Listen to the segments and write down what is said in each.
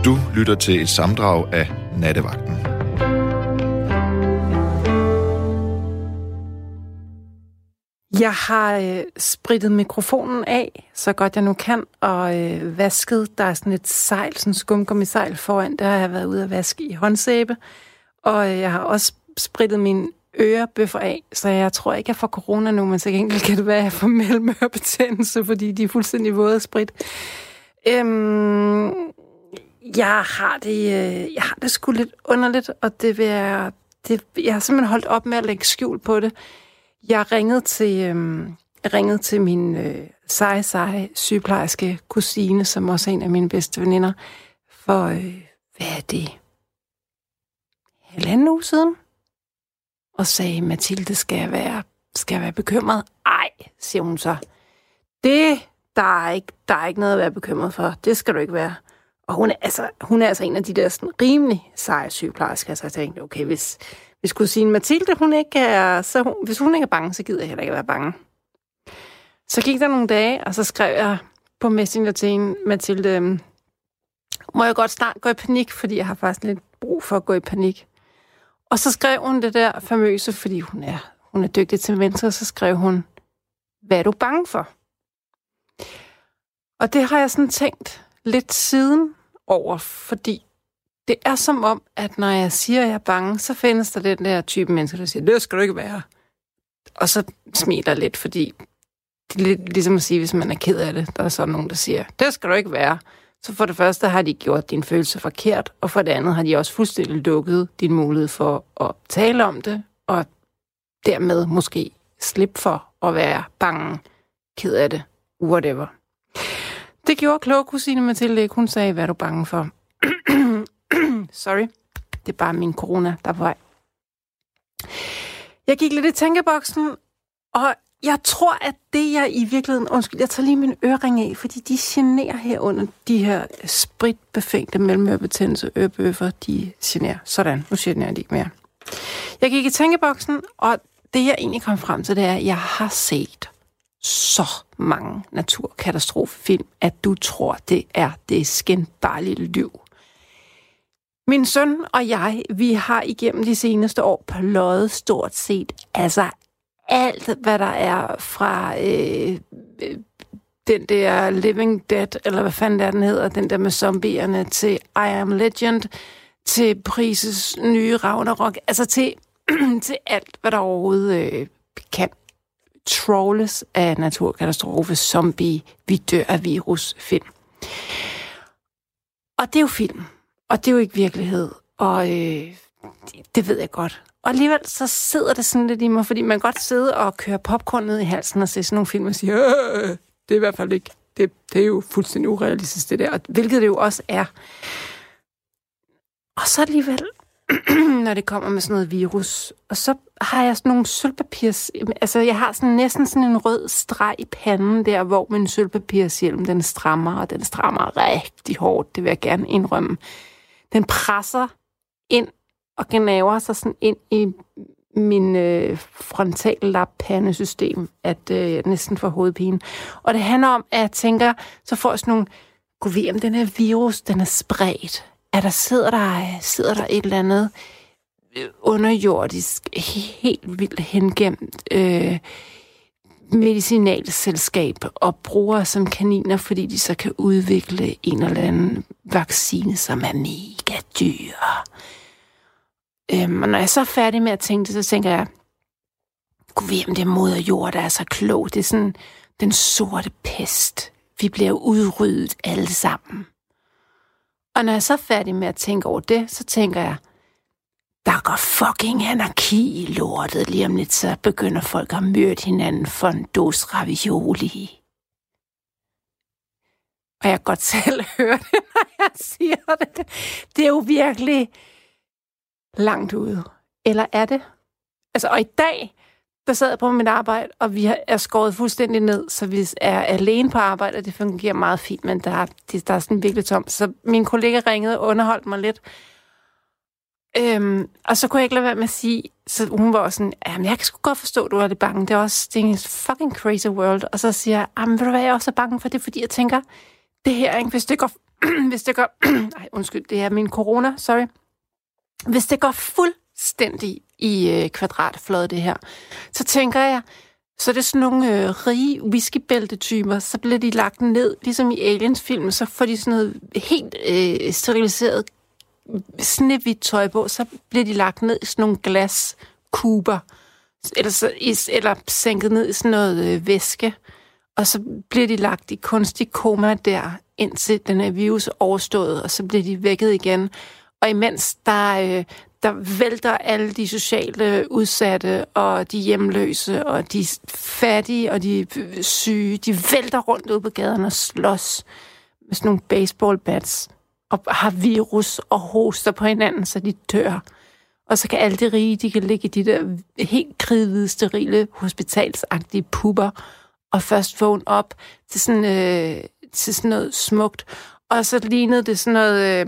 Du lytter til et sammendrag af Nattevagten. Jeg har spritet mikrofonen af, så godt jeg nu kan, og vasket. Der er sådan et sejl, sådan en skumgummisejl foran. Der har jeg været ude at vaske i håndsæbe. Og jeg har også spritet mine ørebøffer af, så jeg tror ikke, jeg får corona nu, men så gengæld kan det være, at jeg får mellemørebetændelse, fordi de er fuldstændig våde af sprit. Jeg har det sgu lidt underligt, og jeg har simpelthen holdt op med at lægge skjul på det. Jeg ringede til min seje sygeplejerske kusine, som også er en af mine bedste veninder, for, hvad er det, 1,5 uge siden, og sagde, Mathilde, skal jeg være bekymret? Ej, siger hun så. Der er ikke noget at være bekymret for. Det skal du ikke være. Og hun er altså en af de der sådan rimelig seje sygeplejersker, så jeg tænkte, okay, hvis kusine Mathilde, hvis hun ikke er bange, så gider jeg heller ikke være bange. Så gik der nogle dage, og så skrev jeg på Messenger til en, Mathilde, må jeg godt snart gå i panik, fordi jeg har faktisk lidt brug for at gå i panik. Og så skrev hun det der famøse, fordi hun er dygtig til mennesker, så skrev hun, hvad er du bange for? Og det har jeg sådan tænkt lidt siden over, fordi det er som om, at når jeg siger, at jeg er bange, så findes der den der type mennesker, der siger, det skal du ikke være. Og så smiler lidt, fordi det er lidt ligesom at sige, hvis man er ked af det, der er sådan nogen, der siger, det skal du ikke være. Så for det første har de gjort din følelse forkert, og for det andet har de også fuldstændig lukket din mulighed for at tale om det, og dermed måske slippe for at være bange, ked af det, whatever. Det gjorde kloge kusine Mathilde ikke. Hun sagde, hvad er du bange for? Sorry, det er bare min corona, der er på vej. Jeg gik lidt i tænkeboksen, og jeg tror, at det jeg i virkeligheden... Undskyld, jeg tager lige min ørering af, fordi de generer her under de her spritbefængte mellemørebetændelse ørebøffer. De generer. Sådan, nu generer de ikke mere. Jeg gik i tænkeboksen, og det jeg egentlig kom frem til, det er, at jeg har set så mange naturkatastrofefilm, at du tror, det er skændbarlige liv. Min søn og jeg, vi har igennem de seneste år pløjet stort set, altså alt, hvad der er fra den der Living Dead, eller hvad fanden der den hedder, den der med zombierne, til I Am Legend, til Prises nye Ragnarok, altså til alt, hvad der overhovedet kan trawles af naturkatastrofe, zombie, vi dør af virus, film. Og det er jo film. Og det er jo ikke virkelighed. Og det ved jeg godt. Og alligevel så sidder det sådan lidt i mig, fordi man kan godt sidde og køre popcorn ned i halsen og se sådan nogle film og sige, det er i hvert fald ikke, det er jo fuldstændig urealistisk det der, hvilket det jo også er. Og så alligevel, når det kommer med sådan noget virus, og så har jeg sådan nogle sølvpapirs... Altså, jeg har sådan næsten sådan en rød streg i panden der, hvor min sølvpapirshjelm, den strammer, og den strammer rigtig hårdt, det vil jeg gerne indrømme. Den presser ind og gnaver sig sådan ind i min frontallap-pandesystem, at jeg næsten får hovedpine. Og det handler om, at jeg tænker, så får jeg sådan nogle... Gud ved, om den her virus, den er spredt. Sidder der et eller andet underjordisk, helt vildt hengemt medicinalselskab og bruger som kaniner, fordi de så kan udvikle en eller anden vaccine, som er mega dyr. Og når jeg så er færdig med at tænke det, så tænker jeg, gud ved, om det er moder jord, der er så klog. Det er sådan den sorte pest. Vi bliver udryddet alle sammen. Og når jeg så er færdig med at tænke over det, så tænker jeg, der går fucking anarki i lortet. Lige om lidt, så begynder folk at myrde hinanden for en dåse ravioli. Og jeg kan godt selv høre det, når jeg siger det. Det er jo virkelig langt ude. Eller er det? Altså, og i dag, der sad jeg på mit arbejde, og vi er skåret fuldstændig ned, så vi er alene på arbejde, og det fungerer meget fint, men der er sådan virkelig tomt. Så min kollega ringede og underholdt mig lidt. Og så kunne jeg ikke lade være med at sige, så hun var også sådan, jamen jeg kan sgu godt forstå, at du er lidt bange. Det er en fucking crazy world. Og så siger jeg, jamen ved du hvad, jeg også er bange for det, fordi jeg tænker, det her, ikke, hvis det går hvis det går... undskyld, det er min corona, sorry. Hvis det går fuldstændig i kvadratflade, det her, så tænker jeg, så er det sådan nogle rige whiskybæltetyper, så bliver de lagt ned, ligesom i Aliens-filmen, så får de sådan noget helt steriliseret snehvidt tøj på, så bliver de lagt ned i sådan nogle glaskuber, eller sænket ned i sådan noget væske, og så bliver de lagt i kunstig koma der, indtil den her virus er overstået, og så bliver de vækket igen. Og imens der vælter alle de sociale udsatte, og de hjemløse, og de fattige, og de syge, de vælter rundt ude på gaderne og slås med sådan nogle baseballbats, og har virus og hoster på hinanden, så de dør. Og så kan alle de rige, de kan ligge i de der helt kridhvide, sterile, hospitalsagtige pupper, og først vågne op til sådan noget smukt. Og så lignede det sådan noget,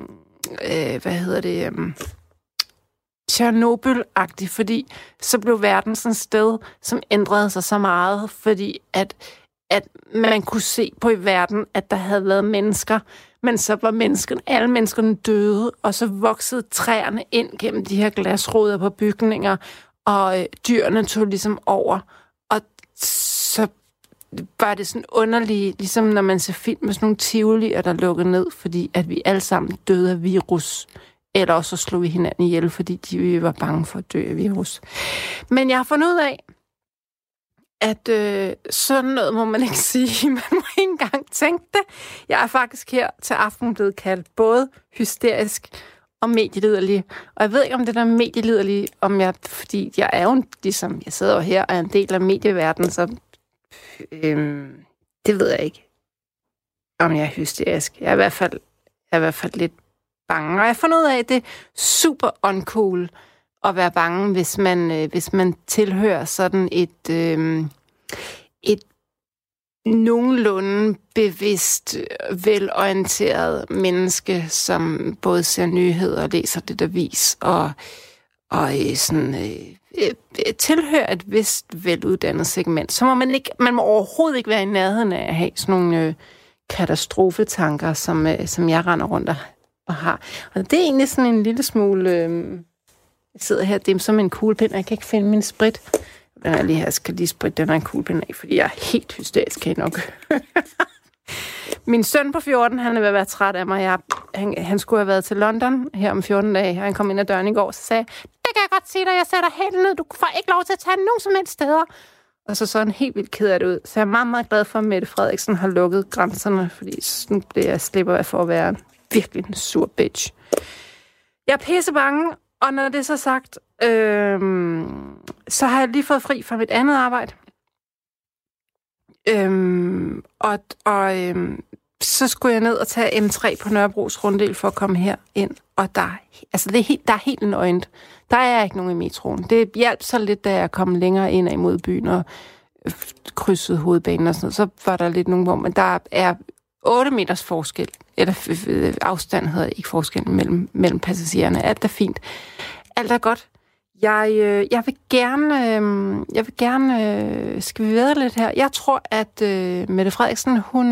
Tjernobyl-agtigt, fordi så blev verden sådan et sted, som ændrede sig så meget, fordi at man kunne se på i verden, at der havde været mennesker, men så var alle menneskerne døde, og så voksede træerne ind gennem de her glasruder på bygninger, og dyrene tog ligesom over. Og så var det sådan underligt, ligesom når man ser film med sådan nogle tivolier, der lukker ned, fordi at vi alle sammen døde af virus. Eller også så slog vi hinanden ihjel, fordi de var bange for at dø af virus. Men jeg har fundet ud af, at sådan noget må man ikke sige. Man må ikke engang tænke det. Jeg er faktisk her til aften blevet kaldt både hysterisk og medieliderlig. Og jeg ved ikke, om det der medieliderlige, fordi jeg er jo ligesom, jeg sidder jo her og er en del af medieverdenen, så det ved jeg ikke, om jeg er hysterisk. Jeg er i hvert fald lidt bange. Og jeg har fundet ud af, at det er super uncool at være bange, hvis man tilhører sådan et nogenlunde bevidst, velorienteret menneske, som både ser nyheder og læser det avis, og tilhører et vist veluddannet segment. Så må man må overhovedet ikke være i nærheden af at have sådan nogle katastrofetanker, som jeg render rundt og har. Og det er egentlig sådan en lille smule... jeg sidder her, det er som en kuglepind, og jeg kan ikke finde min sprit. Den er lige her, jeg skal lige spritte den her en kuglepind af, fordi jeg er helt hysterisk, kan I nok. Min søn på 14, han er ved at være træt af mig. Han skulle have været til London her om 14 dage, og han kom ind ad døren i går, og så sagde, det kan jeg godt sige dig, jeg sætter helt ned, du får ikke lov til at tage nogen som helst steder. Og så sådan helt vildt ked af det ud. Så jeg er meget, meget glad for, at Mette Frederiksen har lukket grænserne, fordi nu slipper jeg for at være virkelig en sur bitch. Jeg er pissebange, og når det er så sagt, så har jeg lige fået fri fra mit andet arbejde. Så skulle jeg ned og tage M3 på Nørrebros runddel for at komme her ind. Og der er helt nøgent. Der er ikke nogen i metroen. Det hjalp så lidt, da jeg kom længere ind imod byen og krydsede hovedbanen og sådan noget. Så var der lidt nogen, hvor man der er 8 meters forskel. Eller afstand hedder ikke forskel mellem passagererne. Alt er fint. Alt er godt. Jeg vil gerne skal vi være lidt her. Jeg tror, at Mette Frederiksen,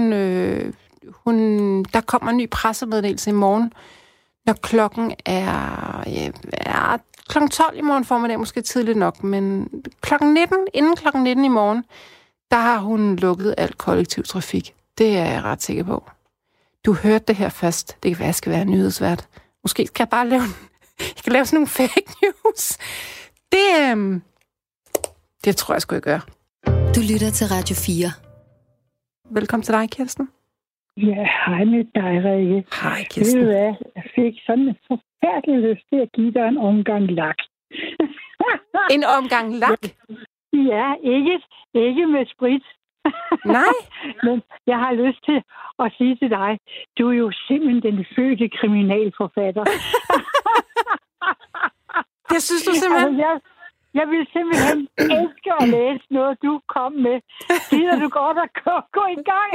der kommer en ny pressemeddelelse i morgen, når klokken er klokken 12 i morgen formiddag, måske tidligt nok, men inden klokken 19 i morgen, der har hun lukket alt kollektiv trafik. Det er jeg ret sikker på. Du hørte det her først. Det kan være, jeg skal være nyhedsvært. Måske skal jeg bare lave sådan nogle fake news. Det tror jeg sgu, jeg gør. Du lytter til Radio 4. Velkommen til dig, Kirsten. Ja, hej med dig, Rikke. Hej, Kirsten. Ved du hvad? Jeg fik sådan en forfærdelig lyst til at give dig en omgang lak. En omgang lak? Ja, ikke med sprit. Nej. Men jeg har lyst til at sige til dig, du er jo simpelthen den fødte kriminalforfatter. Det synes du simpelthen? Altså, jeg vil simpelthen elske at læse noget, du kom med. Gider du godt at gå i gang?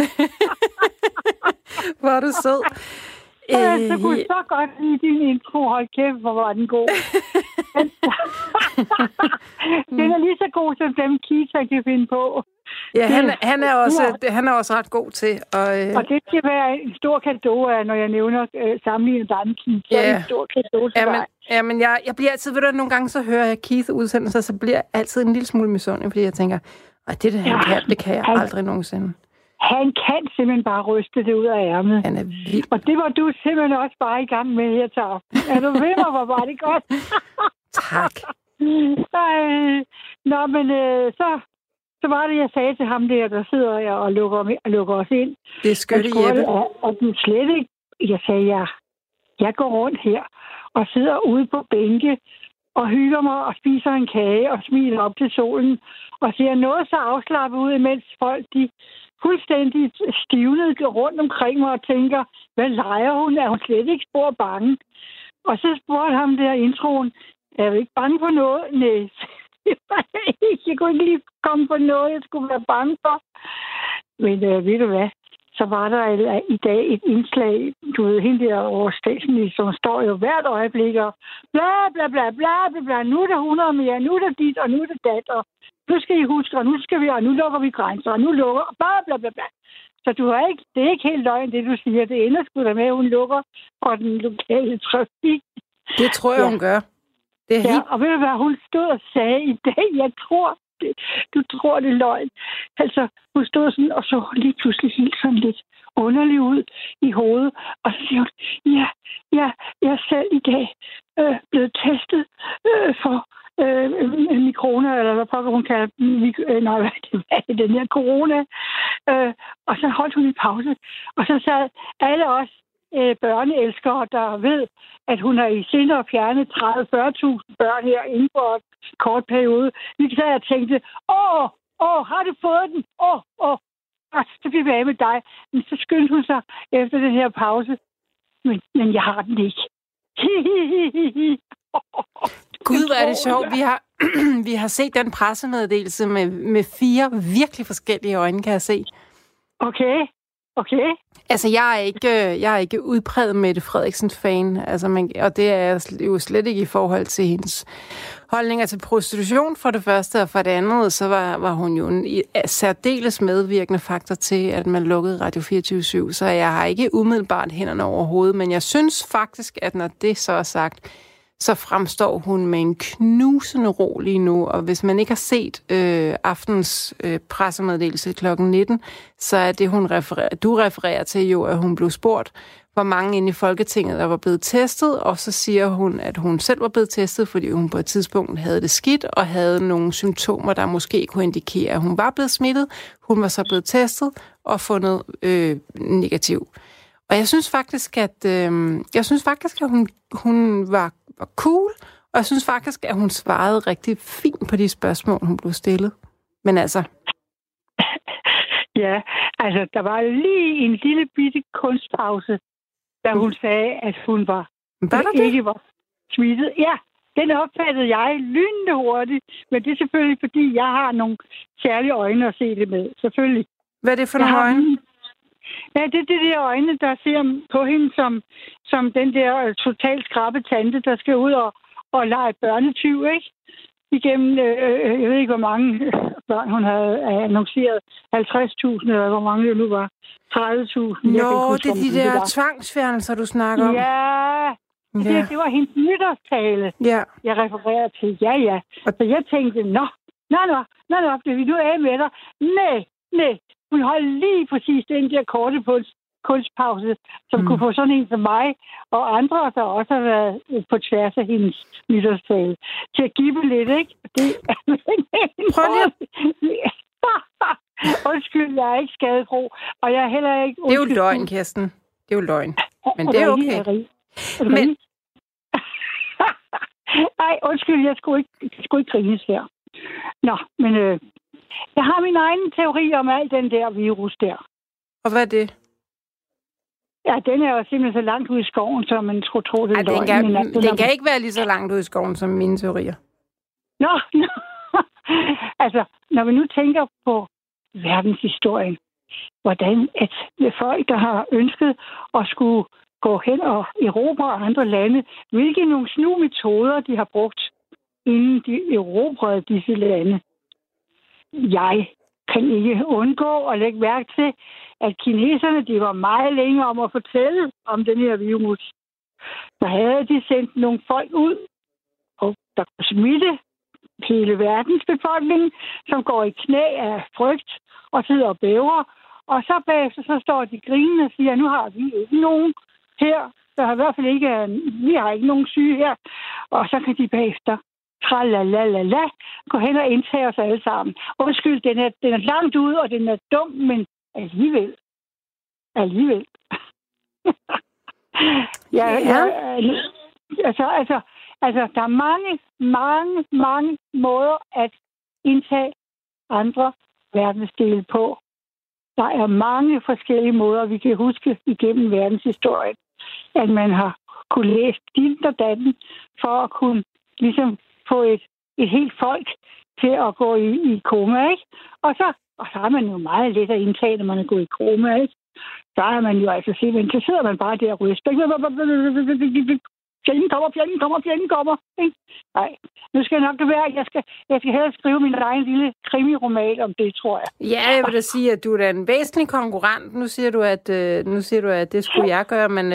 Hvor er du sød. Så kunne jeg så godt lide din intro. Hold kæft, hvor var den god. Den er lige så god, som dem Kita kan finde på. Ja, han er også ret god til. Og det skal være en stor cadeau, når jeg nævner sammenlignet dansen. Så er en stor cadeau til dig. Men jeg bliver altid, ved du, nogle gange så hører jeg Keith udsendelser, så bliver jeg altid en lille smule misundelig, fordi jeg tænker, han kan, det kan jeg aldrig nogensinde. Han kan simpelthen bare ryste det ud af ærmet. Han er vild. Og det var du simpelthen også bare i gang med her til aften. Er du ved mig, hvor var det godt? Tak. Nå, men så var det, jeg sagde til ham der sidder og lukker os ind. Det er skønt, Jeppe. Og du slet ikke... Jeg sagde, jeg går rundt her og sidder ude på bænke og hygger mig og spiser en kage og smiler op til solen og ser noget så afslappet ud, mens folk de fuldstændig stivnet rundt omkring mig og tænker, hvad leger hun? Er hun slet ikke spor bange? Og så spurgte ham der introen, er du ikke bange for noget? Nej, jeg kunne ikke lige komme på noget, jeg skulle være bange for. Men ved du hvad? Så var der i dag et indslag, du ved, hende der over statsminister, som står jo hvert øjeblik og bla bla bla bla bla bla, nu er der 100 mere, nu er der dit, og nu er der dat, og nu skal I huske, og nu lukker vi grænser, og nu lukker, og bla bla bla bla. Så det er ikke helt løgn, det du siger. Det ender sgu da med, at hun lukker for den lokale trafik. Det tror jeg, hun gør. Det er helt... og ved du hvad, hun stod og sagde i dag, jeg tror, du tror, det er løgn. Altså, hun stod sådan, og så lige pludselig helt sådan lidt underlig ud i hovedet. Og så siger hun, jeg er selv i dag blevet testet for mikrona, eller hvad pokker hun kalder den her corona. Og så holdt hun en pause. Og så sad alle os børneelskere, der ved, at hun har i senere fjernet 30-40.000 børn her inden for et kort periode. Vi sad og tænkte, har du fået den? Så bliver vi af med dig. Men så skyndte hun sig efter den her pause. Men jeg har den ikke. Gud, hvor er det sjovt. Vi har set den pressemeddelelse med 4 virkelig forskellige øjne, kan jeg se. Okay. Altså, jeg er ikke udpræget Mette Frederiksen-fan, og det er jo slet ikke i forhold til hendes holdninger til prostitution for det første, og for det andet, så var hun jo en særdeles medvirkende faktor til, at man lukkede Radio 24/7, så jeg har ikke umiddelbart hænderne over hovedet, men jeg synes faktisk, at når det så er sagt, så fremstår hun med en knusende ro lige nu. Og hvis man ikke har set aftens pressemeddelelse kl. 19, så er det, du refererer til jo, at hun blev spurgt, hvor mange inde i Folketinget, der var blevet testet, og så siger hun, at hun selv var blevet testet, fordi hun på et tidspunkt havde det skidt, og havde nogle symptomer, der måske kunne indikere, at hun var blevet smittet. Hun var så blevet testet og fundet negativ. Og jeg synes faktisk, at hun var cool, og jeg synes faktisk, at hun svarede rigtig fint på de spørgsmål, hun blev stillet. Men altså... Ja, altså, der var lige en lille bitte kunstpause, da hun sagde, at hun ikke var smittet. Ja, den opfattede jeg lynende hurtigt, men det er selvfølgelig, fordi jeg har nogle særlige øjne at se det med. Selvfølgelig. Hvad er det for nogle øjne? Ja, det er de der øjne, der ser på hende som den der totalt skrappe tante, der skal ud og lege børnetyv, ikke? Igennem, jeg ved ikke, hvor mange børn hun havde annonceret. 50.000, eller hvor mange det nu var. 30.000. Nå, det er de der tvangsfjernelser, du snakker om. Ja, det var hendes nytårstale, jeg refererer til. Ja. Så jeg tænkte, nå, bliver vi nu af med dig? Nej. Hun holdt lige præcis den der korte kunstpause, som kunne få sådan en som mig, og andre, der også har været på tværs af hendes nytårstale, til at give lidt, ikke? Prøv lige. Undskyld, jeg er ikke skadesro, og jeg er heller ikke... Det er jo løgn, Kirsten. Det er jo løgn. Men det er okay. Men... Nej, undskyld, jeg skulle ikke grines her. Nå, men jeg har min egen teori om al den der virus der. Og hvad er det? Ja, den er jo simpelthen så langt ude i skoven, så man skulle tro, det er løgn. Den kan ikke være lige så langt ude i skoven som mine teorier. Nå. Altså, når vi nu tænker på verdenshistorien, hvordan at folk, der har ønsket at skulle gå hen og Europa og andre lande, hvilke nogle snu metoder de har brugt, inden de erobrede disse lande. Jeg kan ikke undgå at lægge mærke til, at kineserne, de var meget længe om at fortælle om den her virus. Så havde de sendt nogle folk ud, og der kunne smitte hele verdens befolkning, som går i knæ af frygt og sidder og bæver. Og så bagefter, så står de grinende og siger, nu har vi ikke nogen her. Der har i hvert fald ikke, vi har ikke nogen syge her. Og så kan de bagefter tralalala, gå hen og indtage os alle sammen. Undskyld, den er langt ude, og den er dum, men alligevel. Altså, der er mange måder at indtage andre verdensdele på. Der er mange forskellige måder, vi kan huske igennem verdenshistorien, at man har kunne læse dit og datten for at kunne ligesom få et helt folk til at gå i koma, ikke? Og så er man jo meget let at indtage, når man er gået i koma, ikke? Så er man jo altså simpelthen, så sidder man bare der og ryster. Fjenden kommer. Ikke? Nej, nu skal jeg nok være. Jeg skal hellere skrive min egen lille krimiroman om det, tror jeg. Ja, jeg vil da sige, at du er en væsentlig konkurrent. Nu siger du, at det skulle jeg gøre, men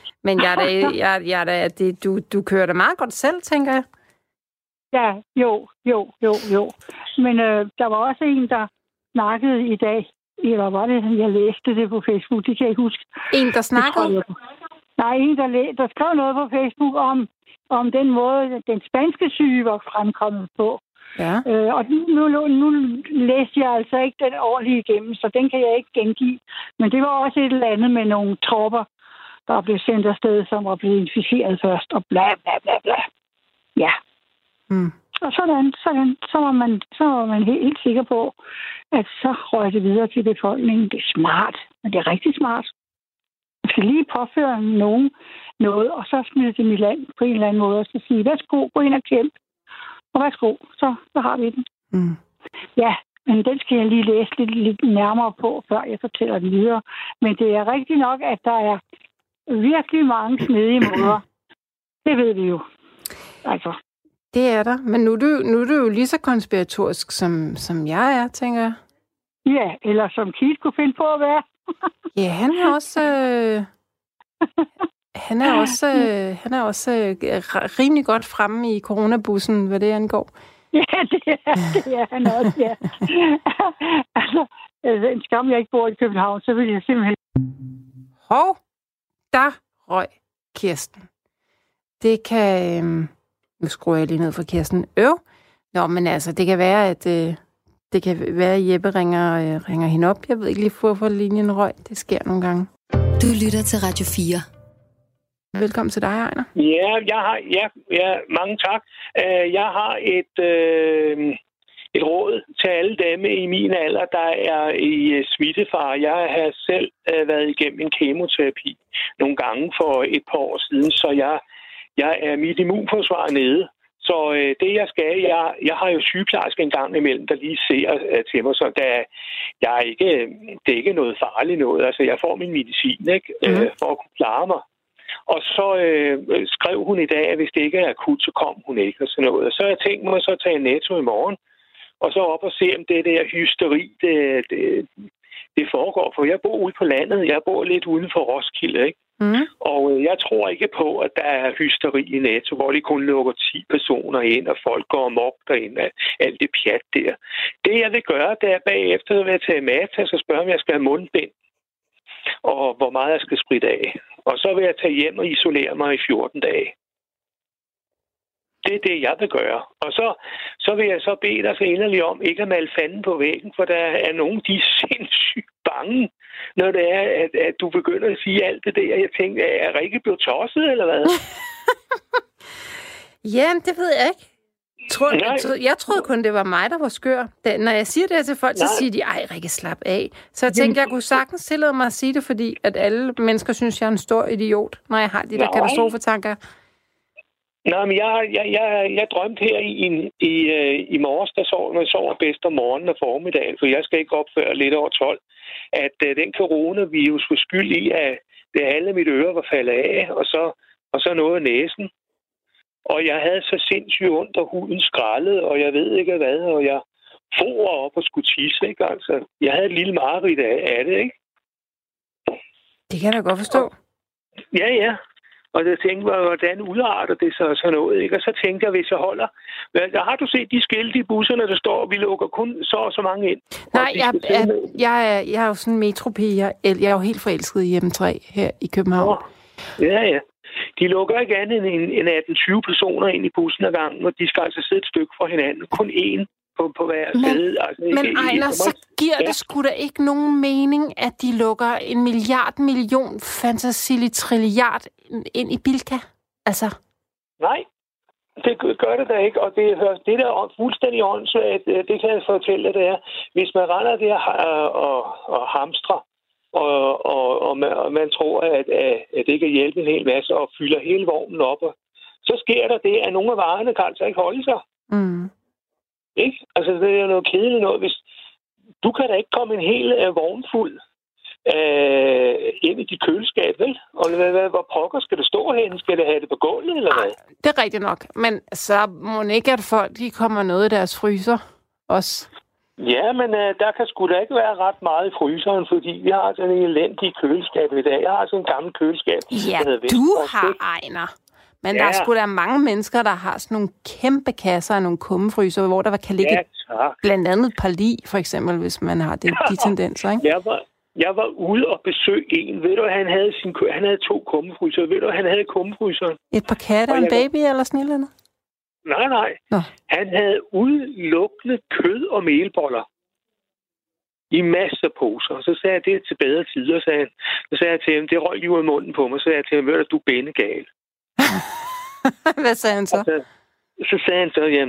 du kører det meget godt selv, tænker jeg. Ja, jo. Men der var også en, der snakkede i dag. Eller var det, jeg læste det på Facebook? Det kan jeg ikke huske. En, der snakkede? Nej, en, der skrev noget på Facebook om den måde, den spanske syge var fremkommet på. Ja. Og nu læste jeg altså ikke den ordentligt igennem, så den kan jeg ikke gengive. Men det var også et eller andet med nogle tropper, der blev sendt afsted, som var blevet inficeret først, og bla bla bla bla. Ja. Mm. Og så var man helt sikker på, at så røg det videre til befolkningen. Det er smart, men det er rigtig smart. Man skal lige påføre nogen noget, og så smide dem i land på en eller anden måde, og så sige, værsgo, gå ind og kæmpe. Og værsgo, så har vi den. Mm. Ja, men den skal jeg lige læse lidt nærmere på, før jeg fortæller den videre. Men det er rigtigt nok, at der er virkelig mange snedige måder. Det ved vi jo. Altså. Det er der, men nu er du jo lige så konspiratorisk, som jeg er, tænker jeg. Ja, eller som Keith kunne finde på at være. Ja, han er også rimelig godt fremme i coronabussen, hvad det angår. Ja, det er han også, ja. Altså, en skam, jeg ikke bor i København, så vil jeg simpelthen... Hov, der røg Kirsten. Det kan... Nu skruer jeg lige ned for Kirsten. Nå, men altså, det kan være, at Jeppe ringer hende op. Jeg ved ikke lige, hvorfor linjen røg. Det sker nogle gange. Du lytter til Radio 4. Velkommen til dig, Ejner. Ja, mange tak. Jeg har et råd til alle dem i min alder, der er i smittefare. Jeg har selv været igennem en kemoterapi nogle gange for et par år siden, så jeg er mit immunforsvar nede. Så det jeg skal, jeg har jo sygeplejerske en gang imellem, der lige ser til mig, så det er ikke noget farligt noget. Altså, jeg får min medicin, ikke, for at kunne klare mig. Og så skrev hun i dag, at hvis det ikke er akut, så kom hun ikke og sådan noget. Og så har jeg tænkt mig så at tage Netto i morgen, og så op og se, om det der hysteri, det foregår. For jeg bor ude på landet, jeg bor lidt uden for Roskilde, ikke? Mm. Og jeg tror ikke på, at der er hysteri i Netto, hvor de kun lukker 10 personer ind, og folk går amok derinde af alt det pjat der. Det jeg vil gøre, det er bagefter, vil jeg tage Matas og spørge, om jeg skal have mundbind, og hvor meget jeg skal spritte af. Og så vil jeg tage hjem og isolere mig i 14 dage. Det er det, jeg vil gøre. Og så vil jeg så bede dig så inderligt om ikke at male fanden på væggen, for der er nogen, de er sindssygt bange, når det er, at du begynder at sige alt det der. Jeg tænkte, er Rikke blevet tosset, eller hvad? Ja, det ved jeg ikke. Jeg troede kun, det var mig, der var skør. Når jeg siger det her til folk, så siger de, ej, Rikke, slap af. Så jeg tænkte, jeg kunne sagtens tillade mig at sige det, fordi at alle mennesker synes, jeg er en stor idiot, når jeg har de der katastrofetanker. Nej, men jeg drømte her i morges, når jeg sover bedst om morgenen og formiddagen, for jeg skal ikke op før lidt over 12, at den coronavirus var skyld i, at det alle mit øre var faldet af, og så noget af næsen. Og jeg havde så sindssygt ondt, og huden skrællede, og jeg ved ikke hvad, og jeg for op og skulle tisse, ikke? Altså, jeg havde et lille mareridt af det, ikke? Det kan jeg da godt forstå. Ja. Og jeg tænkte, hvordan udarter det så sådan noget, ikke? Og så tænkte jeg, hvis jeg holder... Har du set de skilte i busserne, der står, vi lukker kun så og så mange ind? Nej, jeg er jo sådan en metropige. Jeg er jo helt forelsket i M3 her i København. Ja. De lukker ikke andet end 18-20 personer ind i bussen ad gangen, og de skal altså sidde et stykke fra hinanden. Kun én på hver side. Altså, men Ejner, så giver det sgu da ikke nogen mening, at de lukker 1 million fantasitrilliard ind i Bilka? Altså... Nej, det gør det da ikke, og det der er fuldstændig åndssvagt, det kan jeg fortælle, det er, hvis man render der og hamstrer, og man tror, at det kan hjælpe en hel masse, og fylder hele vognen op, og så sker der det, at nogle af varerne kan altså ikke holde sig. Mm. Ikke? Altså, det er noget kedeligt noget. Hvis du kan da ikke komme en hel vogn fuld ind i dit køleskab, vel? Og hvor pokker skal det stå hen? Skal det have det på gulvet, eller hvad? Det er rigtigt nok. Men så må det ikke, at folk de kommer noget i deres fryser også. Ja, men der kan sgu da ikke være ret meget i fryseren, fordi vi har sådan en elendig køleskab i dag. Jeg har sådan en gammel køleskab. Ja, du har, Ejner. Men der er sgu da mange mennesker, der har sådan nogle kæmpe kasser af nogle kummefryser, hvor der kan ligge blandt andet parli, for eksempel, hvis man har de tendenser, ikke? Jeg var ude og besøge en. Ved du, han havde 2 kummefryser. Ved du, han havde kummefryseren. Et par katte og en baby eller sådan noget? Nej. Nå. Han havde udelukkende kød og melboller i masser af poser. Så sagde jeg, det er til bedre tider, sagde han. Så sagde jeg til ham, det røg lige ud af munden på mig. Så sagde jeg til ham, ved du er bændegal. Hvad sagde han så? Så sagde han så, jamen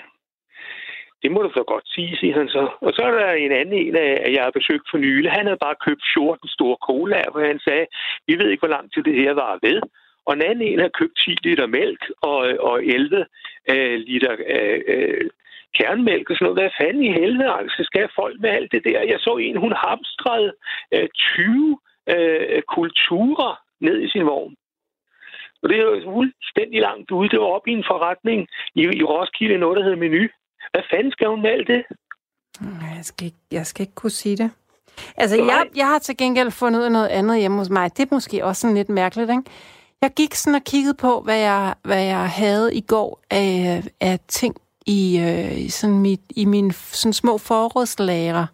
det må du så godt sige, siger han så. Og så er der en anden af jeg har besøgt for nylig. Han havde bare købt 14 store cola, hvor han sagde, vi ved ikke, hvor lang tid det her var ved. Og en anden en har købt 10 liter mælk og 11 liter kernmælk og sådan noget. Hvad fanden i helvede, altså skal folk med alt det der? Jeg så en, hun hamstrede 20 kulturer ned i sin vogn. Og det er jo fuldstændig langt ude. Det var oppe i en forretning i Roskilde, noget, der hedder Menu. Hvad fanden skal hun med alt det? Jeg skal ikke kunne sige det. Altså, jeg har til gengæld fundet ud af noget andet hjemme hos mig. Det er måske også sådan lidt mærkeligt, ikke? Jeg gik sådan og kiggede på, hvad jeg havde i går af ting i mine sådan små forrådslagre.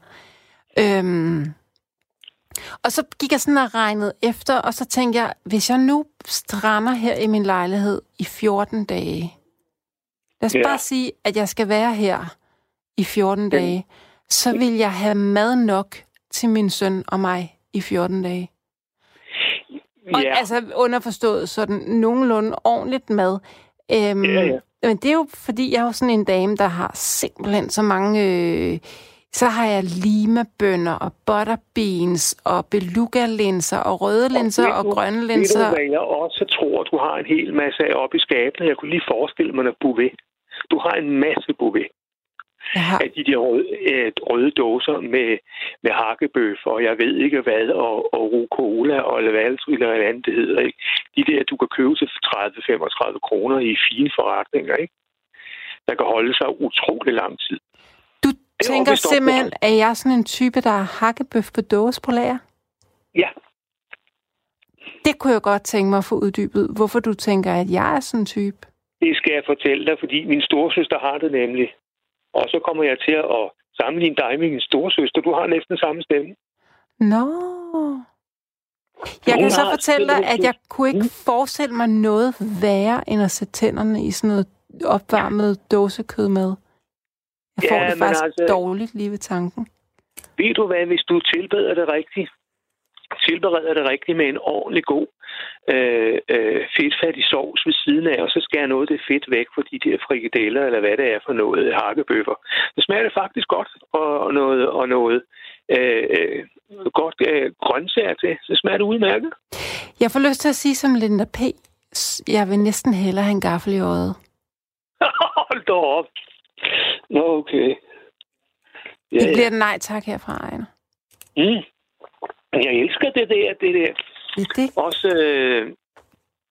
Og så gik jeg sådan og regnede efter, og så tænkte jeg, hvis jeg nu strammer her i min lejlighed i 14 dage, lad os bare sige, at jeg skal være her i 14 dage, så vil jeg have mad nok til min søn og mig i 14 dage. Og altså underforstået sådan nogenlunde ordentligt mad. Men det er jo, fordi jeg er jo sådan en dame, der har simpelthen så mange... så har jeg limabønner og butterbeans og beluga-linser og røde linser og grønne linser. Ved du, hvad jeg også tror, du har en hel masse af oppe i skabene? Jeg kunne lige forestille mig noget bouvet. Du har en masse bouvet. Af de der røde dåser med hakkebøffer, og jeg ved ikke hvad, og rucola, og eller andet, det hedder, ikke? De der, du kan købe til 30-35 kroner i fine forretninger, ikke? Der kan holde sig utrolig lang tid. Du tænker simpelthen, at jeg er sådan en type, der har hakkebøf på dåse på lager? Ja. Det kunne jeg godt tænke mig at få uddybet. Hvorfor du tænker, at jeg er sådan en type? Det skal jeg fortælle dig, fordi min storesøster har det nemlig. Og så kommer jeg til at sammenligne dig med min storesøster. Du har næsten samme stemme. Nå. Jeg kan så fortælle dig, at jeg kunne ikke forestille mig noget værre, end at sætte tænderne i sådan noget opvarmet dåsekød med. Jeg får det faktisk dårligt lige ved tanken. Ved du hvad, hvis du tilbereder det rigtigt med en ordentlig god fedtfattig sovs ved siden af, og så skærer noget af det fedt væk for de der frikadeller, eller hvad det er for noget hakkebøffer. Det smager det faktisk godt, og noget godt grøntsager til. Så smager det udmærket. Jeg får lyst til at sige som Linda P. Jeg vil næsten hellere have en gaffel i øjet. Hold da op. Nå, okay. Ja, det bliver et nej tak herfra, Ejner. Jeg elsker det der. Det. Også,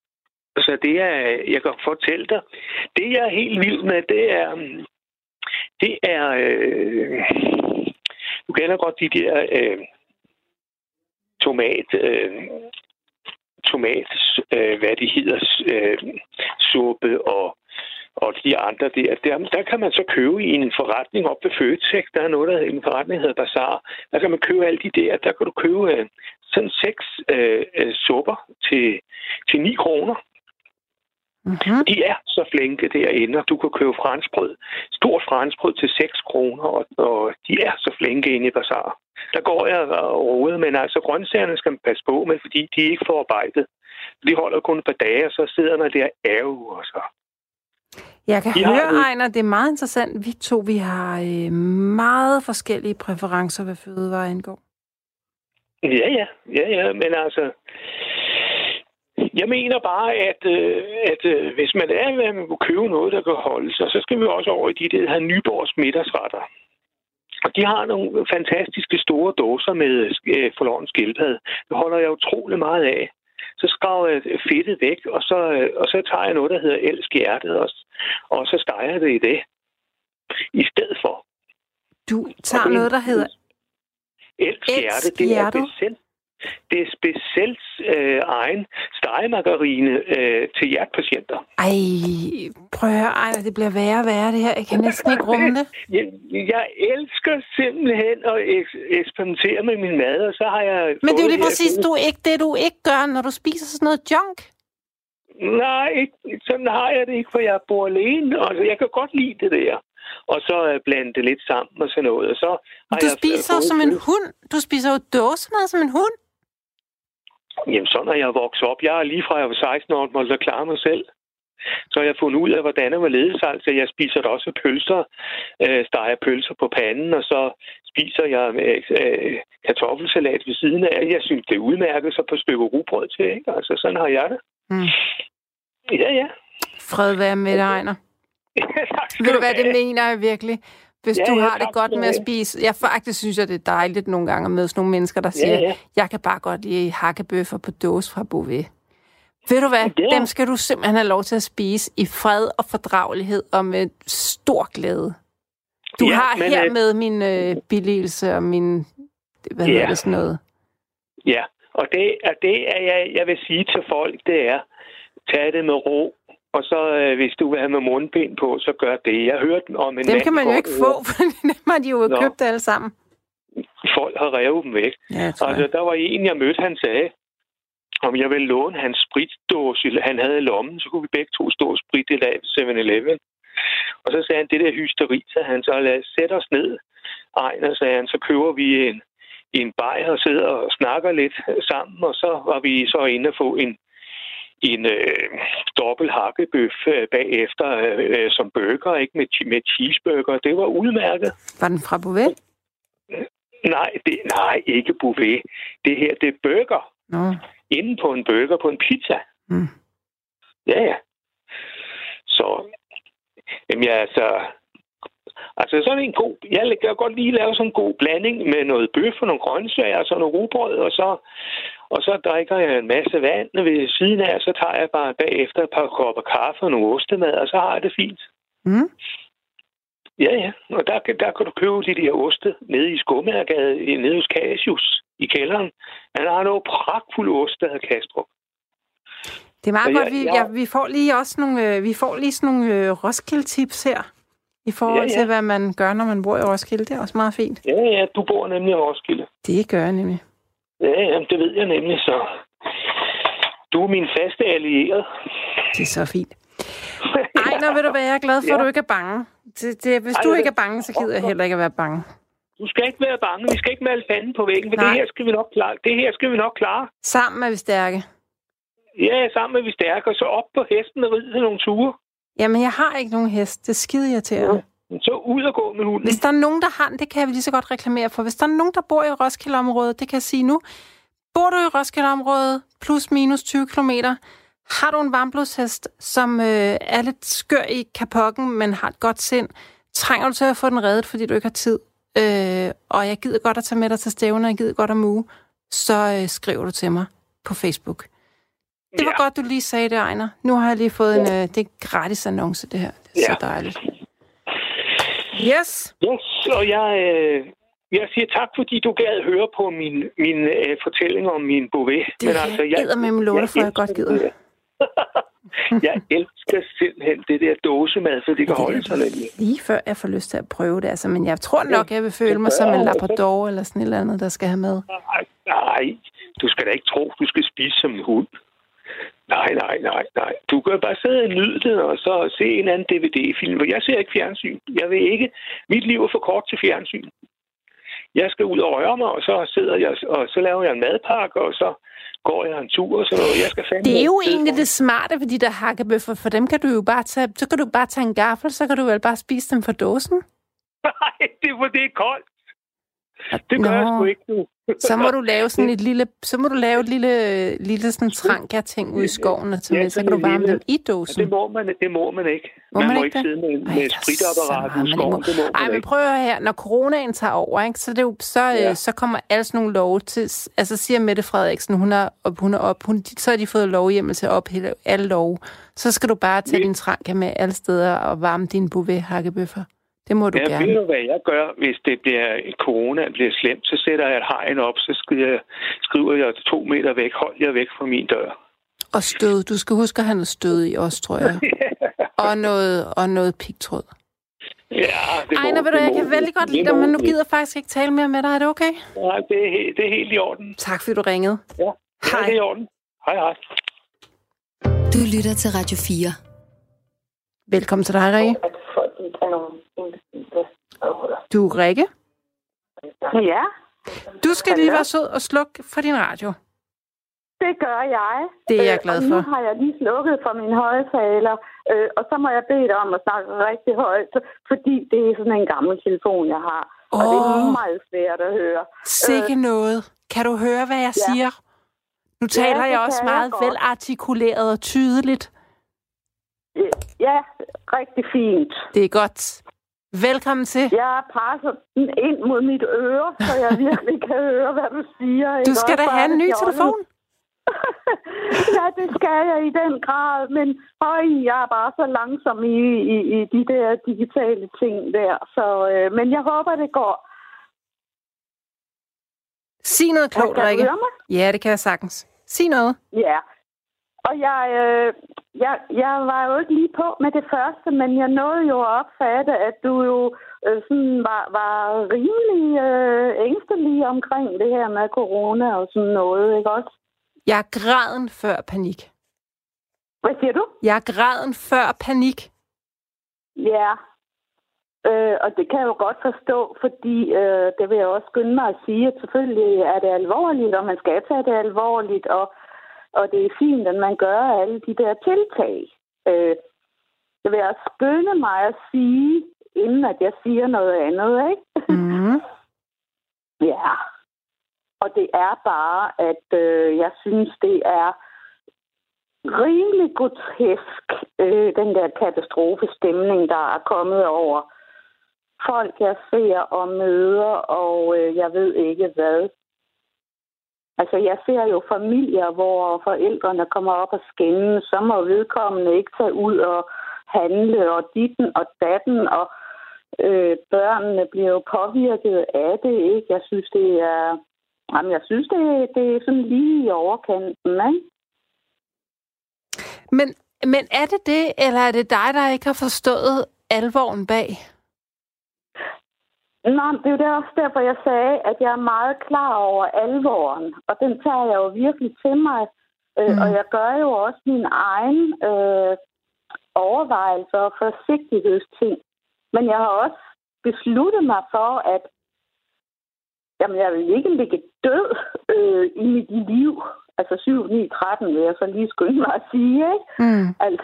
altså det er, jeg kan fortælle dig, det jeg er helt vild med, Det er... du kender godt de der hvad de hedder, suppe og de andre der kan man så købe i en forretning op ved Føtex. Der er noget, der en forretning hedder Bazar. Der kan man købe alle de der. Der kan du købe sådan 6 supper til 9 kroner. Mm-hmm. De er så flinke derinde, og du kan købe franskbrød. Stort franskbrød til 6 kroner, og de er så flinke inde i Bazar. Der går jeg og roder, men altså grøntsagerne skal man passe på med, fordi de er ikke forarbejdet. De holder kun et par dage, og så sidder man der ærge og så. Jeg kan høre, Ejner, det er meget interessant. Vi har meget forskellige præferencer, hvad fødevarer angår. Ja, men altså... Jeg mener bare, at hvis man er ved at købe noget, der kan holde sig, så skal vi også over i de der her Nyborgs middagsretter. Og de har nogle fantastiske store dåser med forloren skildpadde. Det holder jeg utrolig meget af. Så skraver jeg fedtet væk, og så tager jeg noget, der hedder elsk hjertet også. Og så steger jeg det i det. I stedet for. Du tager noget, der hedder elsk hjertet. Det er specielt egen stegemargarine til hjertepatienter. Ej, prøv at høre, Ejner, det bliver værre og værre det her. Jeg kan næsten ikke rumme det. Jeg elsker simpelthen at eksperimentere med min mad, og så har jeg... Men det er jo lige præcis det, du ikke gør, når du spiser sådan noget junk. Nej, sådan har jeg det ikke, for jeg bor alene, og jeg kan godt lide det der. Og så blande det lidt sammen og sådan noget. Og så du spiser som en hund. Du spiser jo dåsemad som en hund. Jamen, sådan er jeg vokset op. Jeg er lige fra jeg var 16 år, måtte jeg klare mig selv. Så har jeg fundet ud af, hvordan jeg var ledes. Altså, jeg spiser da også pølser, steger pølser på panden, og så spiser jeg kartoffelsalat ved siden af. Jeg synes, det er udmærket, så på stykker rugbrød til, ikke? Altså, sådan har jeg det. Mm. Ja. Fred være med dig, Ejner. Ved du hvad, det mener jeg virkelig. Hvis du har det godt med at spise. Jeg faktisk synes, at det er dejligt nogle gange at møde sådan nogle mennesker, der siger, jeg kan bare godt lide hakkebøffer på dåse fra Beauvais. Ved du hvad, dem skal du simpelthen have lov til at spise i fred og fordragelighed og med stor glæde. Du har hermed min billigelse og min, hvad hedder det sådan noget? Ja, og det er jeg vil sige til folk, det er, tag det med ro. Og så, hvis du vil have med mundbind på, så gør det. Jeg hørte om en dem kan man jo ikke få, for dem har de jo købt alle sammen. Folk har revet dem væk. Ja, altså, der var en, jeg mødte, han sagde, om jeg ville låne hans spritdåse, han havde i lommen, så kunne vi begge to stå og spritte det af 7-Eleven. Og så sagde han, det der hysteri, så han så lad os sætte os ned. Ejner, sagde han, så køber vi en bajer og sidder og snakker lidt sammen, og så var vi så inde og få en dobbelt hakkebøf bagefter som burger, ikke med cheeseburger. Det var udmærket. Var den fra Beauvais? Nej, ikke Beauvais. Det her, det er burger. Inden på en burger, på en pizza. Mm. Ja. Så, jamen altså sådan en god... Jeg kan godt lige lave sådan en god blanding med noget bøf og nogle grøntsager og sådan noget rugbrød, og så drikker jeg en masse vand ved siden af, og så tager jeg bare bagefter et par kopper kaffe og nogle ostemad, og så har jeg det fint. Mm. Ja. Og der kan du købe de der oste nede i Skumærgade, nede hos Casius i kælderen. Han har noget pragtfuld ost, der hedder Kastrup. Det er meget godt. Vi får lige også nogle Roskilde-tips her. I forhold til, hvad man gør, når man bor i Roskilde. Det er også meget fint. Ja, du bor nemlig i Roskilde. Det gør jeg nemlig. Ja, det ved jeg nemlig så. Du er min faste allierede. Det er så fint. Ejner, ved du hvad, jeg er glad for, at du ikke er bange. Hvis du ikke er bange, så gider jeg heller ikke at være bange. Du skal ikke være bange. Vi skal ikke male fanden på væggen, for det her skal vi nok klare. Sammen er vi stærke. Ja, sammen er vi stærke, og så op på hesten og ride til nogle ture. Jamen, jeg har ikke nogen hest. Det er skide irriterende. Så ud og gå med hunden. Hvis der er nogen, der har den, det kan vi lige så godt reklamere for. Hvis der er nogen, der bor i Roskilde-området, det kan jeg sige nu. Bor du i Roskilde-området plus minus 20 kilometer, har du en varmblodshest, som er lidt skør i kapokken, men har et godt sind, trænger du til at få den reddet, fordi du ikke har tid, og jeg gider godt at tage med dig til stævner, jeg gider godt at muge, så skriver du til mig på Facebook. Det var godt, du lige sagde det, Ejner. Nu har jeg lige fået det er gratis annonce, det her. Det er så dejligt. Yes. Yes, og jeg siger tak, fordi du gad høre på min fortælling om min Beauvais. Det er med min låne, for jeg godt gider. Jeg elsker simpelthen det der dåsemad, for det kan holde sig længe. Lige før jeg får lyst til at prøve det, altså, men jeg tror nok, jeg vil føle mig som en labrador eller sådan et eller andet, der skal have mad. Nej, du skal da ikke tro, du skal spise som en hund. Nej. Du kan bare sidde og nyde det, og så se en anden DVD-film. Jeg ser ikke fjernsyn. Jeg vil ikke. Mit liv er for kort til fjernsyn. Jeg skal ud og røre mig, og så sidder jeg, og så laver jeg en madpakke, og så går jeg en tur og sådan noget. Jeg skal det er jo egentlig det smarte ved de der hakkebøffer, for dem kan du jo bare tage, så kan du bare tage en gaffel, så kan du vel bare spise dem fra dåsen. Nej, det er koldt. Det gør jeg sgu ikke nu. Så må du lave sådan et lille sådan tranka-ting ude i skoven og tage med, så kan du varme dem i dåsen. Det må man ikke. Man må ikke sidde med spritapparat i skoven. Men prøv at her, når coronaen tager over, ikke, så, det jo, så kommer alle sådan nogle love til, altså siger Mette Frederiksen, så har de fået lovhjemmel til at ophælde alle love. Så skal du bare tage din tranka med alle steder og varme dine Beauvais-hakkebøffer. Det må du gerne. Ved du, hvad jeg gør, hvis det corona bliver slemt, så sætter jeg et hegn op, så skriver jeg 2 meter væk, hold jer væk fra min dør. Og stød. Du skal huske at have noget stød i os, tror jeg. og noget pigtråd. Ja, det må. Ejner, jeg kan vældig godt lide dig, men nu gider jeg faktisk ikke tale mere med dig. Er det okay? Nej, det er helt i orden. Tak, fordi du ringede. Ja, hej. Det er i orden. Hej. Du lytter til Radio 4. Velkommen til dig, Rikke. Du er Rikke? Ja. Du skal lige være sød og slukke for din radio. Det gør jeg. Det er jeg glad for. Og nu har jeg lige slukket for min højtaler, og så må jeg bede dig om at snakke rigtig højt, fordi det er sådan en gammel telefon, jeg har. Og det er meget svært at høre. Sikke noget. Kan du høre, hvad jeg siger? Nu taler jeg også meget velartikuleret og tydeligt. Ja, rigtig fint. Det er godt. Velkommen til. Jeg presser den ind mod mit øre, så jeg virkelig kan høre, hvad du siger. Du skal da have en ny telefon. Ja, det skal jeg i den grad, men jeg er bare så langsom i de der digitale ting der. Så, men jeg håber, det går. Sig noget klogt, Rikke. Ja, det kan jeg sagtens. Sig noget. Ja. Og jeg var jo ikke lige på med det første, men jeg nåede jo at opfatte, at du jo sådan var rimelig ængstelig omkring det her med corona og sådan noget, ikke også? Jeg er graden før panik. Hvad siger du? Jeg er graden før panik. Ja, og det kan jeg jo godt forstå, fordi det vil jeg også skynde mig at sige, at selvfølgelig er det alvorligt, og man skal tage det alvorligt, og det er fint, at man gør alle de der tiltag. Det vil jeg skynde mig at sige, inden at jeg siger noget andet, ikke? Mm. Ja. Og det er bare, at jeg synes, det er rimelig grotesk, den der katastrofestemning, der er kommet over folk, jeg ser og møder, og jeg ved ikke hvad. Altså, jeg ser jo familier, hvor forældrene kommer op og skændes, så må vedkommende ikke tage ud og handle, og ditten og datten, og børnene bliver jo påvirket af det, ikke? Jeg synes, det er... Jamen, jeg synes, det er sådan lige i overkanten, ikke? Men er det, eller er det dig, der ikke har forstået alvoren bag? Nej, det er jo også derfor, jeg sagde, at jeg er meget klar over alvoren, og den tager jeg jo virkelig til mig, og jeg gør jo også min egen overvejelser og forsigtighedsting. Men jeg har også besluttet mig for, at jeg vil ikke ligge død i mit liv. Altså 7, 9, 13 vil jeg så lige skynde mig at sige, ikke? Mm.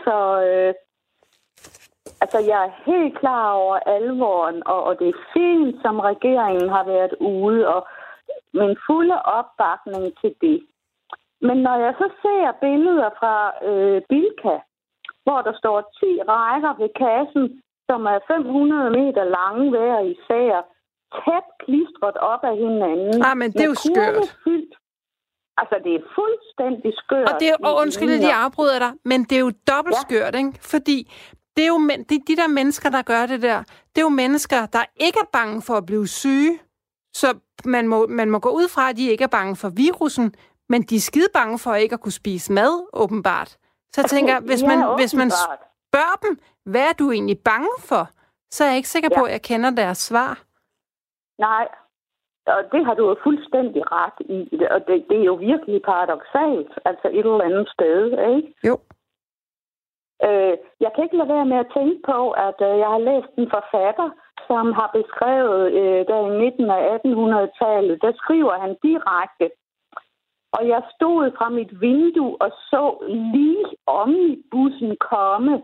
Altså, jeg er helt klar over alvoren, og det er fint, som regeringen har været ude, og min fulde opbakning til det. Men når jeg så ser billeder fra Bilka, hvor der står 10 rækker ved kassen, som er 500 meter lange hver især, tæt klistret op af hinanden. Men det er jo skørt. Altså, det er fuldstændig skørt. Og det er, undskyld, at jeg afbryder dig, men det er jo dobbelt skørt, ikke? Fordi det er jo de der mennesker, der gør det der. Det er jo mennesker, der ikke er bange for at blive syge. Så man må gå ud fra, at de ikke er bange for virusen, men de er skide bange for ikke at kunne spise mad, åbenbart. Så jeg tænker, hvis man spørger dem, hvad er du egentlig bange for, så er jeg ikke sikker på, at jeg kender deres svar. Nej, og det har du jo fuldstændig ret i. Og det er jo virkelig paradoksalt, altså et eller andet sted, ikke? Jo. Jeg kan ikke lade være med at tænke på, at jeg har læst en forfatter, som har beskrevet, der i midten af 1800-tallet, der skriver han direkte, og jeg stod fra mit vindue og så lige omnibussen komme.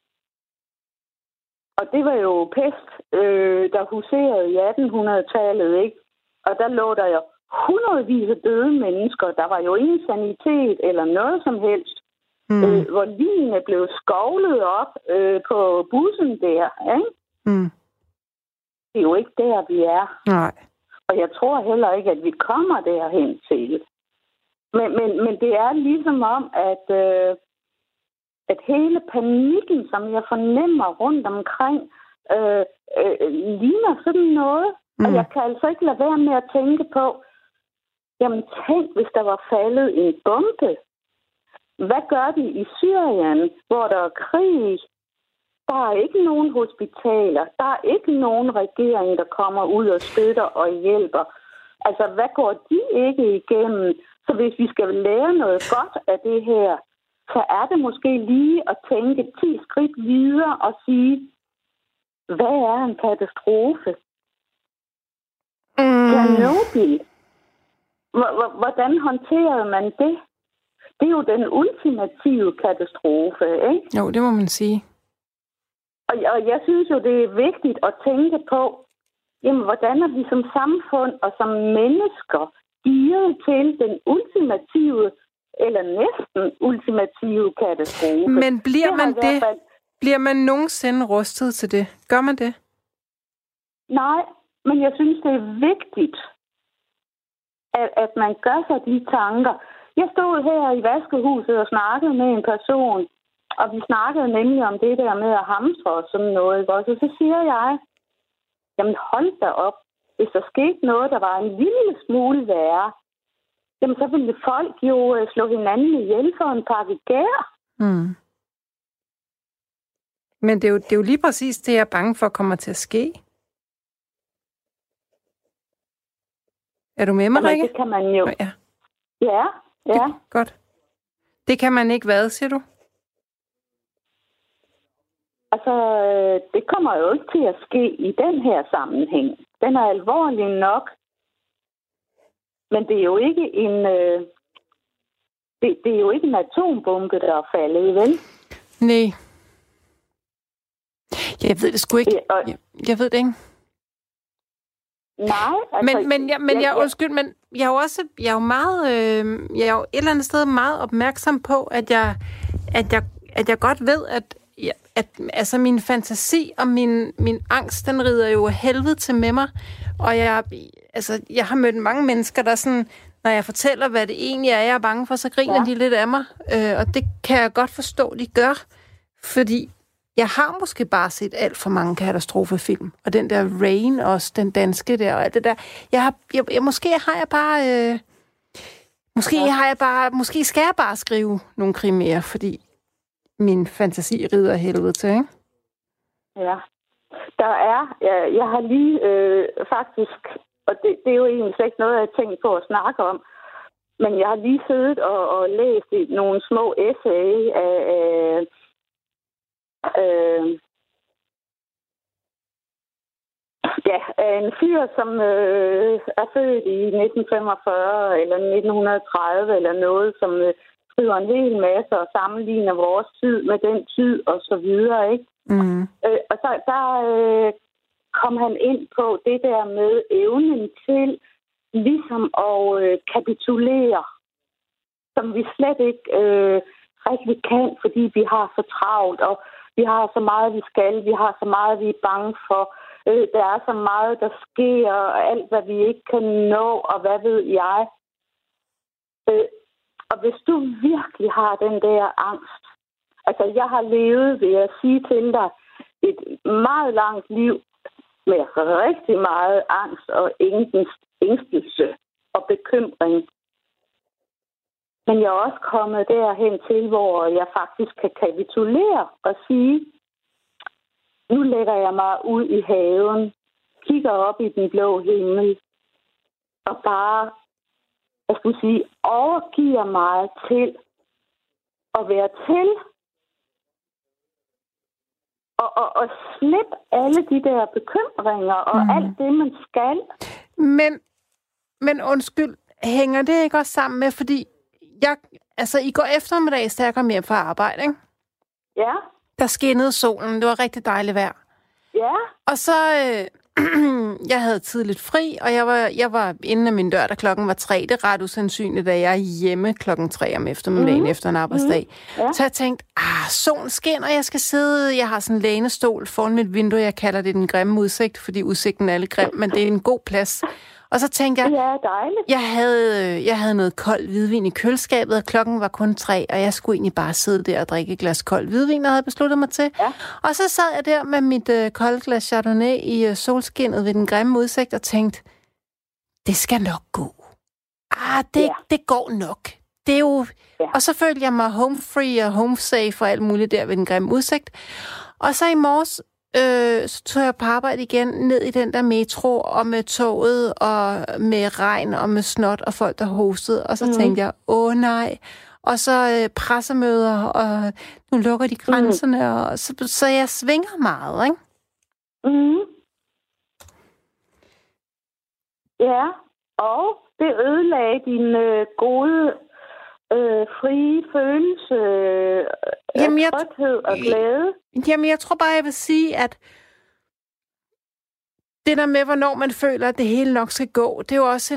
Og det var jo pest, der huserede i 1800-tallet, ikke? Og der lå der jo hundredvis af døde mennesker. Der var jo ingen sanitet eller noget som helst. Hvor ligene blev skovlet op på bussen der, ikke? Det er jo ikke der, vi er. Nej. Og jeg tror heller ikke, at vi kommer derhen til. Men det er ligesom om, at hele panikken, som jeg fornemmer rundt omkring, ligner sådan noget. Og jeg kan altså ikke lade være med at tænke på, jamen tænk, hvis der var faldet en bombe. Hvad gør de i Syrien, hvor der er krig? Der er ikke nogen hospitaler. Der er ikke nogen regering, der kommer ud og støtter og hjælper. Altså, hvad går de ikke igennem? Så hvis vi skal lære noget godt af det her, så er det måske lige at tænke 10 skridt videre og sige, hvad er en katastrofe? Tjernobyl. Hvordan håndterede man det? Det er jo den ultimative katastrofe, ikke? Jo, det må man sige. Og jeg synes jo, det er vigtigt at tænke på, jamen, hvordan er vi som samfund og som mennesker gearet til den ultimative, eller næsten ultimative katastrofe. Men bliver man det? Bliver man nogensinde rustet til det? Gør man det? Nej, men jeg synes, det er vigtigt, at man gør sig de tanker. Jeg stod her i vaskehuset og snakkede med en person, og vi snakkede nemlig om det der med at hamstre og sådan noget. Og så siger jeg, jamen hold da op, hvis der skete noget, der var en lille smule værre, jamen så ville folk jo slå hinanden ihjel for en pakke gær. Men det er jo lige præcis det, jeg er bange for kommer til at ske. Er du med mig, Rikke? Det kan man jo. Ja. Ja. Godt. Det kan man ikke hvad, siger du? Altså, det kommer jo ikke til at ske i den her sammenhæng. Den er alvorlig nok. Men det er jo ikke en... Det er jo ikke en atombombe, der er faldet, vel? Nej. Jeg ved det sgu ikke. Jeg ved det ikke. Nej, altså... Men jeg er jo meget... jeg er jo et eller andet sted meget opmærksom på, at jeg godt ved, at altså min fantasi og min angst, den rider jo helvede til med mig. Og jeg har mødt mange mennesker, der sådan, når jeg fortæller, hvad det egentlig er, jeg er bange for, så griner de lidt af mig. Og det kan jeg godt forstå, de gør. Fordi jeg har måske bare set alt for mange katastrofefilm. Og den der Rain også, den danske der, og alt det der. Måske skal jeg bare skrive nogle krimier, fordi min fantasi rider helvede til, ikke? Ja. Jeg har lige faktisk, og det er jo egentlig ikke noget, jeg har tænkt på at snakke om, men jeg har lige siddet og læst nogle små essay af en fyr, som er født i 1945 eller 1930 eller noget, som skriver en hel masse og sammenligner vores tid med den tid og så videre, ikke? Og så der kom han ind på det der med evnen til ligesom at kapitulere, som vi slet ikke rigtig kan, fordi vi har så travlt, og vi har så meget, vi skal, vi har så meget, vi er bange for. Der er så meget, der sker, og alt, hvad vi ikke kan nå, og hvad ved jeg. Og hvis du virkelig har den der angst, Altså, jeg har levet, vil jeg sige til dig, et meget langt liv med rigtig meget angst og ængstelse og bekymring. Men jeg er også kommet derhen til, hvor jeg faktisk kan kapitulere og sige, nu lægger jeg mig ud i haven, kigger op i den blå himmel, og bare, overgiver mig til at være til, og slip alle de der bekymringer og alt det, man skal. Men undskyld, hænger det ikke også sammen med, fordi i går eftermiddag, da jeg kom hjem fra arbejde, ikke? Ja. Der skinnede solen. Det var rigtig dejligt vejr. Ja. Og så, jeg havde tidligt fri, og jeg var inde af min dør, da klokken var 3. Det er ret usandsynligt, da jeg er hjemme klokken 3 om eftermiddagen efter en arbejdsdag. Ja. Så jeg tænkte, solen skinner, jeg skal sidde. Jeg har sådan en lænestol foran mit vindue. Jeg kalder det den grimme udsigt, fordi udsigten er lidt grim, men det er en god plads. Og så tænkte jeg, jeg havde noget kold hvidvin i køleskabet, og klokken var kun 3, og jeg skulle egentlig bare sidde der og drikke et glas kold hvidvin, og havde besluttet mig til. Ja. Og så sad jeg der med mit kolde glas Chardonnay i solskinnet ved den grimme udsigt, og tænkte, det skal nok gå. Det går nok. Det er jo... Ja. Og så følte jeg mig home free og home safe og alt muligt der ved den grimme udsigt. Og så i morges, så tog jeg på arbejde igen ned i den der metro, og med toget, og med regn, og med snot, og folk, der hostede. Og så tænkte jeg, nej. Og så pressemøder, og nu lukker de grænserne, og så jeg svinger meget, ikke? Ja, og det ødelagde din gode, frie følelse af tryghed og glæde. Jamen, jeg tror bare, jeg vil sige, at det der med, hvornår man føler, at det hele nok skal gå, det er jo også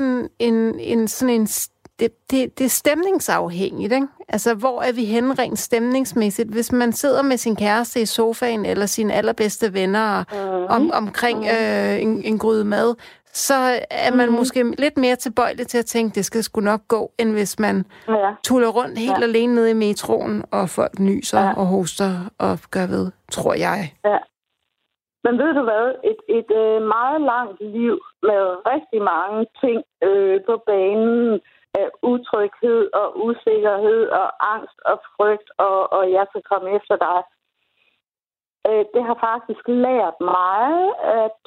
det er stemningsafhængigt, ikke? Altså, hvor er vi henne rent stemningsmæssigt? Hvis man sidder med sin kæreste i sofaen, eller sine allerbedste venner omkring en gryde mad, så er man måske lidt mere tilbøjelig til at tænke, det skal sgu nok gå, end hvis man tuller rundt helt alene nede i metroen, og folk nyser og hoster og gør ved, tror jeg. Ja. Men ved du hvad? Et meget langt liv med rigtig mange ting på banen af utryghed og usikkerhed og angst og frygt, og jeg skal komme efter dig. Det har faktisk lært mig, at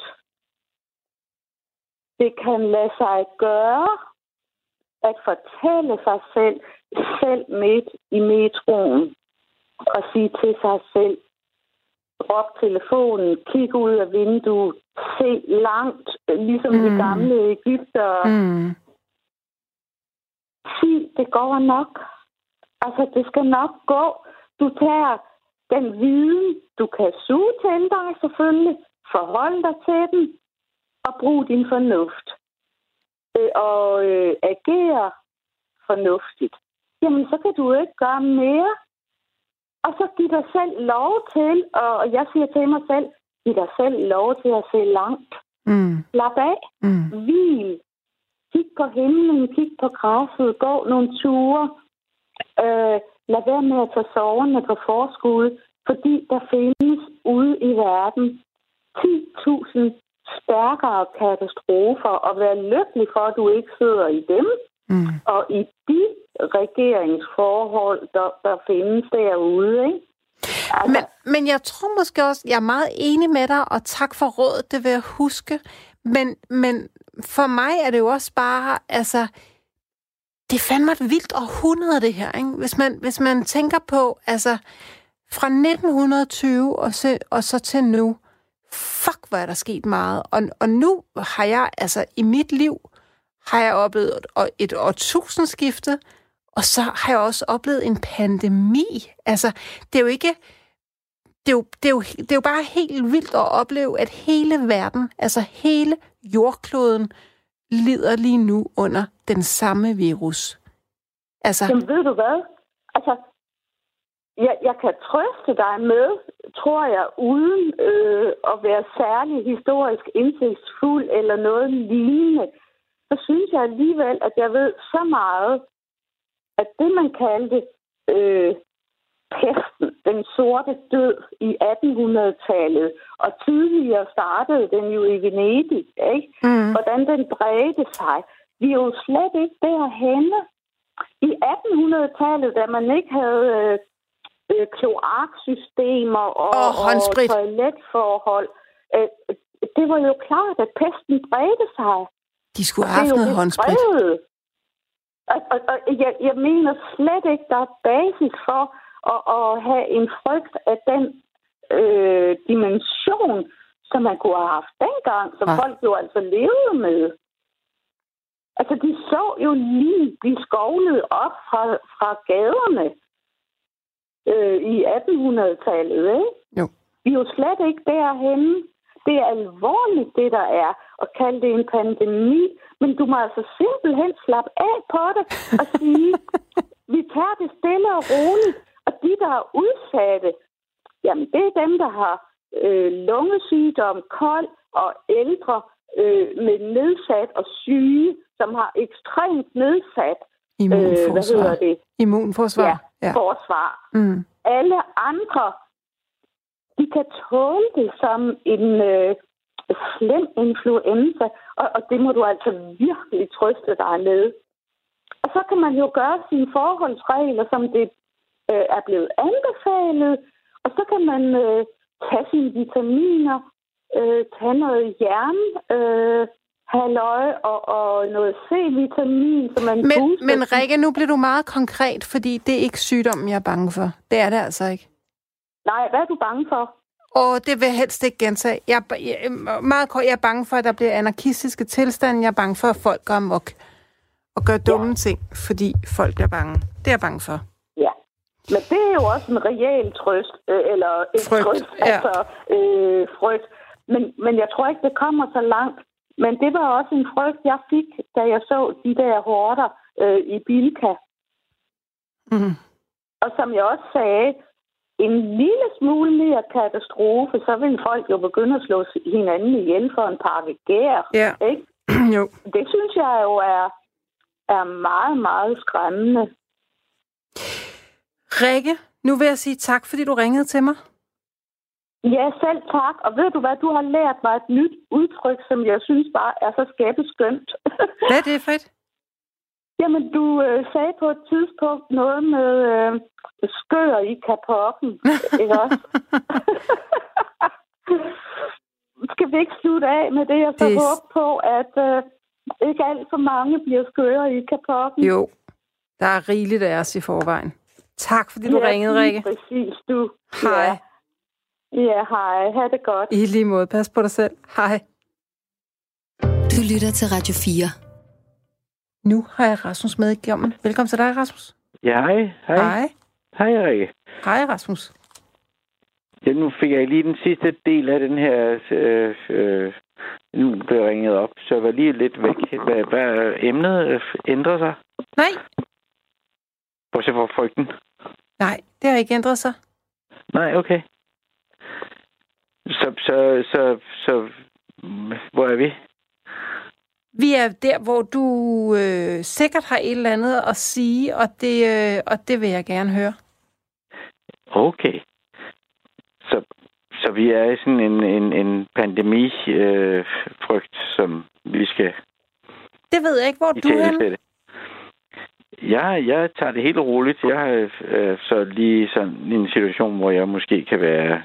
det kan lade sig gøre at fortælle sig selv midt i metroen, og sige til sig selv, drop telefonen, kig ud af vinduet, se langt, ligesom de gamle egyptere. Sig, det går nok. Altså, det skal nok gå. Du tager den viden, du kan suge til dig, selvfølgelig, forhold dig til den, og brug din fornuft. Og agere fornuftigt. Jamen, så kan du ikke gøre mere. Og så giv dig selv lov til, og jeg siger til mig selv, giv dig selv lov til at se langt. Slap af. Hvil. Kig på himlen, kig på græsset, gå nogle ture. Lad være med at tage sorgerne på forskud, fordi der findes ude i verden 10.000 stærkere katastrofer, og vær lykkelig for, at du ikke sidder i dem. Og i de regeringsforhold, der findes derude, ikke? Altså, men jeg tror måske også, jeg er meget enig med dig, og tak for rådet, det vil jeg huske. Men for mig er det jo også bare, altså, det er fandme et vildt århundrede, det her, ikke? Hvis man tænker på, altså, fra 1920 og så til nu, fuck, hvor er der sket meget. Og nu har jeg, altså, i mit liv, har jeg oplevet et årtusindskifte, og så har jeg også oplevet en pandemi. Altså, det er jo ikke... Det er jo bare helt vildt at opleve, at hele verden, altså hele jordkloden, lider lige nu under den samme virus. Altså... Jamen, ved du hvad? Altså, jeg kan trøste dig med, tror jeg, uden at være særlig historisk indsigtsfuld eller noget lignende, så synes jeg alligevel, at jeg ved så meget, at det, man kaldte pesten, den sorte død i 1800-tallet, og tidligere startede den jo i Venedig, ikke? Hvordan den bredte sig. Vi er jo slet ikke derhenne. I 1800-tallet, da man ikke havde kloaksystemer og toiletforhold, det var jo klart, at pesten bredte sig. De skulle have haft noget håndsprit. Og jeg mener slet ikke, der er basis for at have en frygt af den dimension, som man kunne have haft dengang, som folk jo altså levede med. Altså, de så jo lige blive skovlet op fra gaderne i 1800-tallet, ikke? Jo. Vi er jo slet ikke derhenne. Det er alvorligt, det der er, at kalde det en pandemi, men du må altså simpelthen slappe af på det og sige, vi tager det stille og roligt, og de, der er udsatte, jamen det er dem, der har lungesygdom, kold og ældre med nedsat og syge, som har ekstremt nedsat immunforsvar. Forsvar. Alle andre, de kan tåle det som en slem influenza, og det må du altså virkelig trøste dig med. Og så kan man jo gøre sine forholdsregler, som det er blevet anbefalet, og så kan man tage sine vitaminer, tage noget halløj og noget C-vitamin, som man booster. Men Rikke, nu bliver du meget konkret, fordi det er ikke sygdommen, jeg er bange for. Det er det altså ikke. Nej, hvad er du bange for? Det vil jeg helst ikke gentage. Jeg er bange for, at der bliver anarkistiske tilstande. Jeg er bange for, at folk går amok og gør dumme ting, fordi folk bliver bange. Det er jeg bange for. Ja, men det er jo også en reel trøst, eller en trøst, frygt. Men jeg tror ikke, det kommer så langt. Men det var også en frygt, jeg fik, da jeg så de der horder i Bilka. Og som jeg også sagde, en lille smule mere katastrofe, så vil folk jo begynde at slå hinanden ihjel for en pakke gær. Ja. Ikke? Jo. Det synes jeg jo er meget, meget skræmmende. Rikke, nu vil jeg sige tak, fordi du ringede til mig. Ja, selv tak. Og ved du hvad, du har lært mig et nyt udtryk, som jeg synes bare er så skæbeskønt. Hvad er det, Fred? Jamen, du sagde på et tidspunkt noget med skør i kapokken, ikke også? Skal vi ikke slutte af med det, og så håbe på, at ikke alt for mange bliver skøre i kapokken? Jo, der er rigeligt af os i forvejen. Tak, fordi du ringede, Rikke. Præcis, du. Hej. Ja, hej. Ha' det godt. I lige måde. Pas på dig selv. Hej. Du lytter til Radio 4. Nu har jeg Rasmus med igennem. Velkommen til dig, Rasmus. Ja, hej. Hej. Hej, Rikke. Hej, Rasmus. Ja, nu fik jeg lige den sidste del af den her... nu blev ringet op, så jeg var lige lidt væk. Hvad emnet ændrer sig? Nej. Bortset fra frygten? Nej, det har ikke ændret sig. Nej, okay. Så hvor er vi? Vi er der, hvor du sikkert har et eller andet at sige, og det vil jeg gerne høre. Okay. Så vi er i sådan en pandemifrygt, som vi skal... Det ved jeg ikke, hvor du er henne. Jeg tager det helt roligt. Jeg er så lige sådan i en situation, hvor jeg måske kan være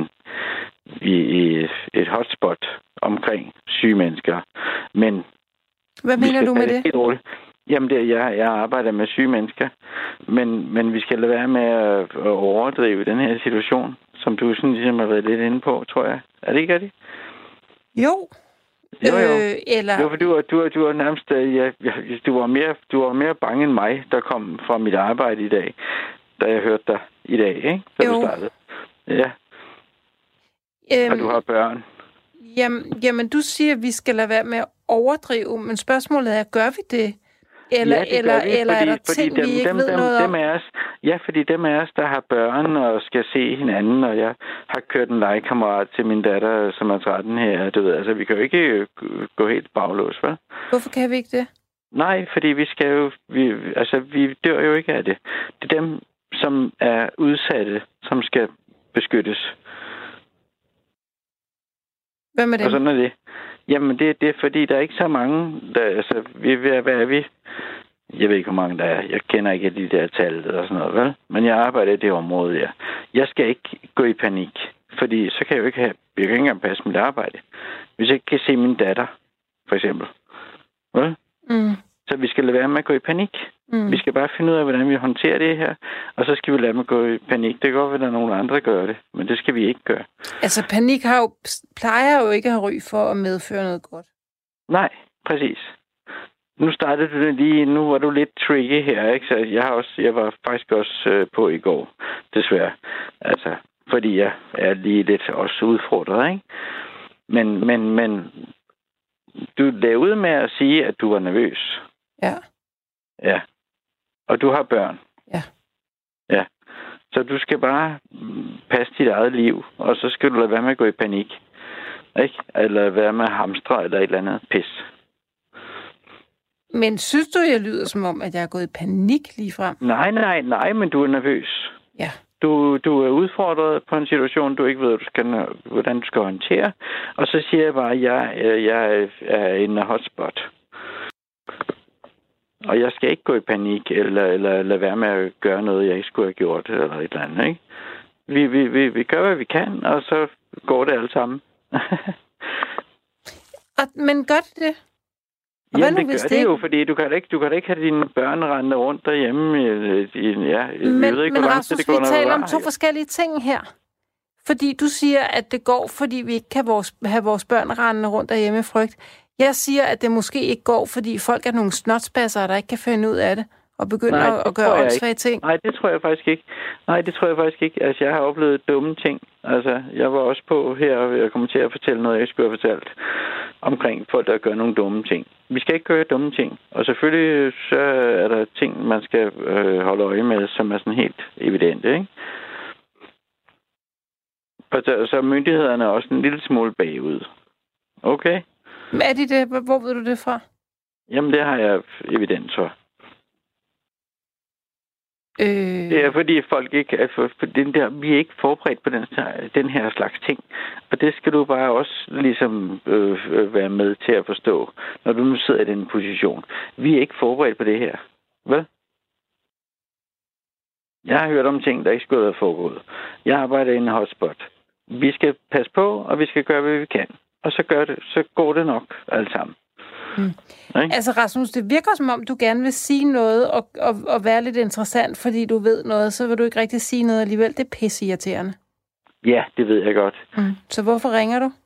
i et hotspot omkring syge mennesker. Men hvad mener du med det? Helt roligt. Jamen, jeg arbejder med syge mennesker, men vi skal lade være med at overdrive den her situation, som du sådan ligesom har været lidt inde på, tror jeg. Er det ikke rigtigt? Jo. Eller... Jo, for du var nærmest... Du var mere bange end mig, der kom fra mit arbejde i dag, da jeg hørte dig i dag, ikke? Da du startede. Ja. Og du har børn. Jamen, du siger, at vi skal lade være med at overdrive, men spørgsmålet er, gør vi det? Eller er der ting, vi ikke ved noget om? Fordi dem af os, der har børn og skal se hinanden, og jeg har kørt en legekammerat til min datter, som er 13 her, du ved, altså vi kan jo ikke gå helt baglås, vel? Hvorfor kan vi ikke det? Nej, fordi vi dør jo ikke af det. Det er dem, som er udsatte, som skal beskyttes. Hvem er det? Og sådan er det. Jamen, det er fordi, der er ikke så mange, altså, hvad er vi? Jeg ved ikke, hvor mange der er. Jeg kender ikke de der tal og sådan noget, vel? Men jeg arbejder i det område der. Jeg skal ikke gå i panik, fordi så kan jeg jo ikke jeg kan ikke engang passe mit arbejde. Hvis jeg ikke kan se min datter, for eksempel. Vel? Så vi skal lade være med at gå i panik. Vi skal bare finde ud af, hvordan vi håndterer det her, og så skal vi lade med at gå i panik. Det kan godt være, at der er nogen andre, der gør det, men det skal vi ikke gøre. Altså, panik plejer jo ikke at have ry for at medføre noget godt. Nej, præcis. Nu startede du lige, nu var du lidt tricky her, ikke? Så jeg var faktisk også på i går, desværre. Altså, fordi jeg er lige lidt også udfordret, ikke? Men du lavede ud med at sige, at du var nervøs. Ja. Ja. Og du har børn. Ja. Ja. Så du skal bare passe dit eget liv, og så skal du lade være med at gå i panik. Ikke? Eller lade være med at hamstre eller et eller andet pis. Men synes du, jeg lyder som om, at jeg er gået i panik lige frem? Nej, men du er nervøs. Ja. Du er udfordret på en situation, du ikke ved, hvordan du skal håndtere. Og så siger jeg bare, at jeg er en hotspot. Og jeg skal ikke gå i panik, eller lade være med at gøre noget, jeg ikke skulle have gjort, eller et eller andet, ikke? Vi gør, hvad vi kan, og så går det alt sammen. Men gør det? Og jamen, det gør det jo, fordi du kan da ikke have dine børn rendende rundt derhjemme. Men Rasmus, vi taler om to forskellige ting her. Fordi du siger, at det går, fordi vi ikke kan have vores børn rendende rundt derhjemme i frygt. Jeg siger, at det måske ikke går, fordi folk er nogle snotsbasser, der ikke kan finde ud af det, og begynder at gøre åndssvage ting. Nej, det tror jeg faktisk ikke. Altså, jeg har oplevet dumme ting. Altså, jeg var også på her, og jeg kommer til at fortælle noget, jeg ikke skulle have fortalt, omkring folk, der gør nogle dumme ting. Vi skal ikke gøre dumme ting. Og selvfølgelig så er der ting, man skal holde øje med, som er sådan helt evidente, ikke? Og så er myndighederne også en lille smule bagud. Okay? Er de det? Hvor ved du det fra? Jamen, det har jeg evidens for. Det er fordi folk ikke er vi er ikke forberedt på den her slags ting. Og det skal du bare også ligesom være med til at forstå, når du nu sidder i den position. Vi er ikke forberedt på det her. Vel? Jeg har hørt om ting, der ikke skulle have foregået. Jeg arbejder i en hotspot. Vi skal passe på, og vi skal gøre, hvad vi kan. Og så går det nok alt sammen. Altså Rasmus, det virker som om, du gerne vil sige noget og være lidt interessant, fordi du ved noget, så vil du ikke rigtig sige noget alligevel. Det er pisseirriterende. Ja, det ved jeg godt. Så hvorfor ringer du?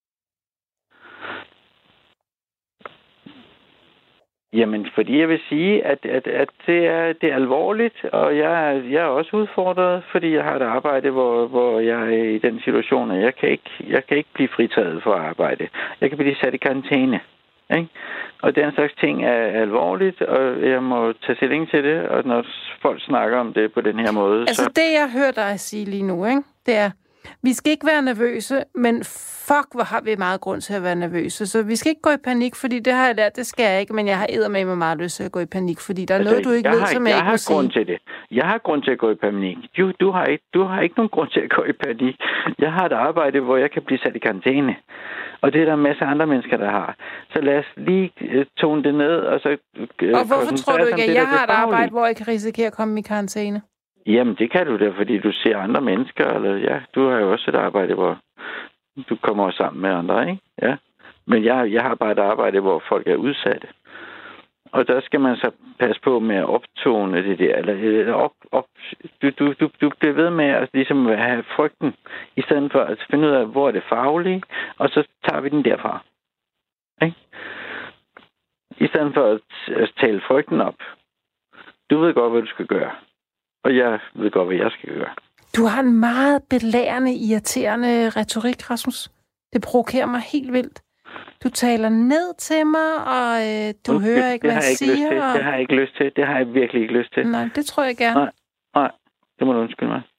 Jamen, fordi jeg vil sige, at det er alvorligt, og jeg er også udfordret, fordi jeg har et arbejde, hvor jeg er i den situation, at jeg kan ikke blive fritaget for arbejde. Jeg kan blive sat i karantæne. Ikke? Og den slags ting er alvorligt, og jeg må tage stilling til det, og når folk snakker om det på den her måde... Altså det, jeg hører dig sige lige nu, ikke? Det er, vi skal ikke være nervøse, men fuck, hvor har vi meget grund til at være nervøse. Så vi skal ikke gå i panik, fordi det har jeg lært, det skal jeg ikke, men jeg har eddermame meget lyst til at gå i panik, fordi der er noget, du ikke ved, som jeg ikke må sige. Jeg har grund til det. Jeg har grund til at gå i panik. Du har ikke nogen grund til at gå i panik. Jeg har et arbejde, hvor jeg kan blive sat i karantæne. Og det er der en masse andre mennesker, der har. Så lad os lige tone det ned, og så... Og hvorfor tror du ikke, at jeg har et arbejde, hvor jeg kan risikere at komme i karantæne? Jamen, det kan du da, fordi du ser andre mennesker, eller ja, du har jo også et arbejde, hvor du kommer sammen med andre, ikke? Ja. Men jeg har bare et arbejde, hvor folk er udsatte. Og der skal man så passe på med at optone det der, eller du bliver ved med at ligesom have frygten, i stedet for at finde ud af, hvor er det faglige, og så tager vi den derfra. Ikke? I stedet for at tale frygten op. Du ved godt, hvad du skal gøre. Og jeg ved godt, hvad jeg skal gøre. Du har en meget belærende, irriterende retorik, Rasmus. Det provokerer mig helt vildt. Du taler ned til mig, og du hører ikke, hvad jeg siger. Det har jeg ikke lyst til. Det har jeg virkelig ikke lyst til. Nej, det tror jeg gerne. Nej, det må du undskylde mig.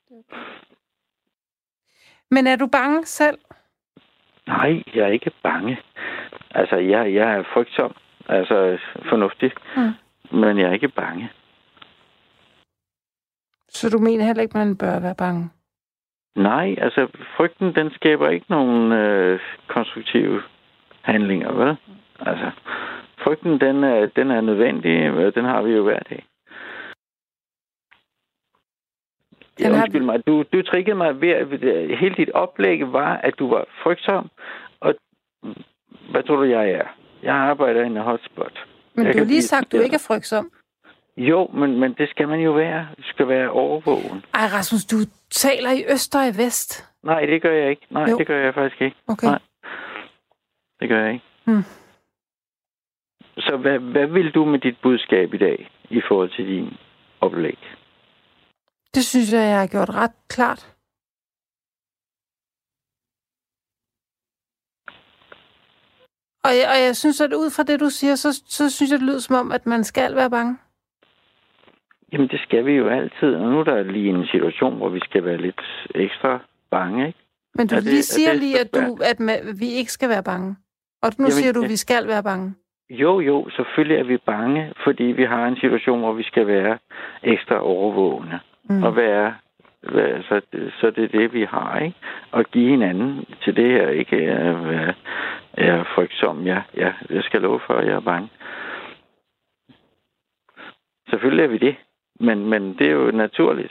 Men er du bange selv? Nej, jeg er ikke bange. Altså, jeg er frygtsom. Altså, fornuftig. Men jeg er ikke bange. Så du mener heller ikke, man bør være bange? Nej, altså frygten, den skaber ikke nogen konstruktive handlinger, vel? Altså, frygten, den er nødvendig, og den har vi jo hver dag. Undskyld mig, du triggede mig ved, at hele dit oplæg var, at du var frygtsom, og hvad tror du, jeg er? Jeg arbejder i en hotspot. Men du har lige sagt, at du ikke er frygtsom. Jo, men det skal man jo være. Du skal være overvågen. Ej, Rasmus, du taler i øst og i vest. Nej, det gør jeg ikke. Nej, jo. Det gør jeg faktisk ikke. Okay. Nej, det gør jeg ikke. Så hvad vil du med dit budskab i dag, i forhold til din oplæg? Det synes jeg har gjort ret klart. Og jeg synes, at ud fra det, du siger, så synes jeg, det lyder som om, at man skal være bange. Jamen, det skal vi jo altid. Og nu er der lige en situation, hvor vi skal være lidt ekstra bange, ikke? Men du siger lige, at vi ikke skal være bange. Og nu siger du, at vi skal være bange. Jo, selvfølgelig er vi bange, fordi vi har en situation, hvor vi skal være ekstra overvågende. Og så det er det, vi har, ikke? Og give hinanden til det her, ikke? Jeg er frygtsom, ja. Jeg skal love for, at jeg er bange. Selvfølgelig er vi det. Men det er jo naturligt.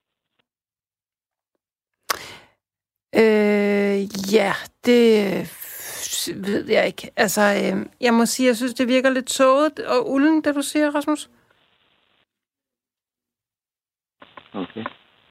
Ja, det ved jeg ikke. Altså, jeg må sige, jeg synes, det virker lidt tåget og ulden, det du siger, Rasmus. Okay.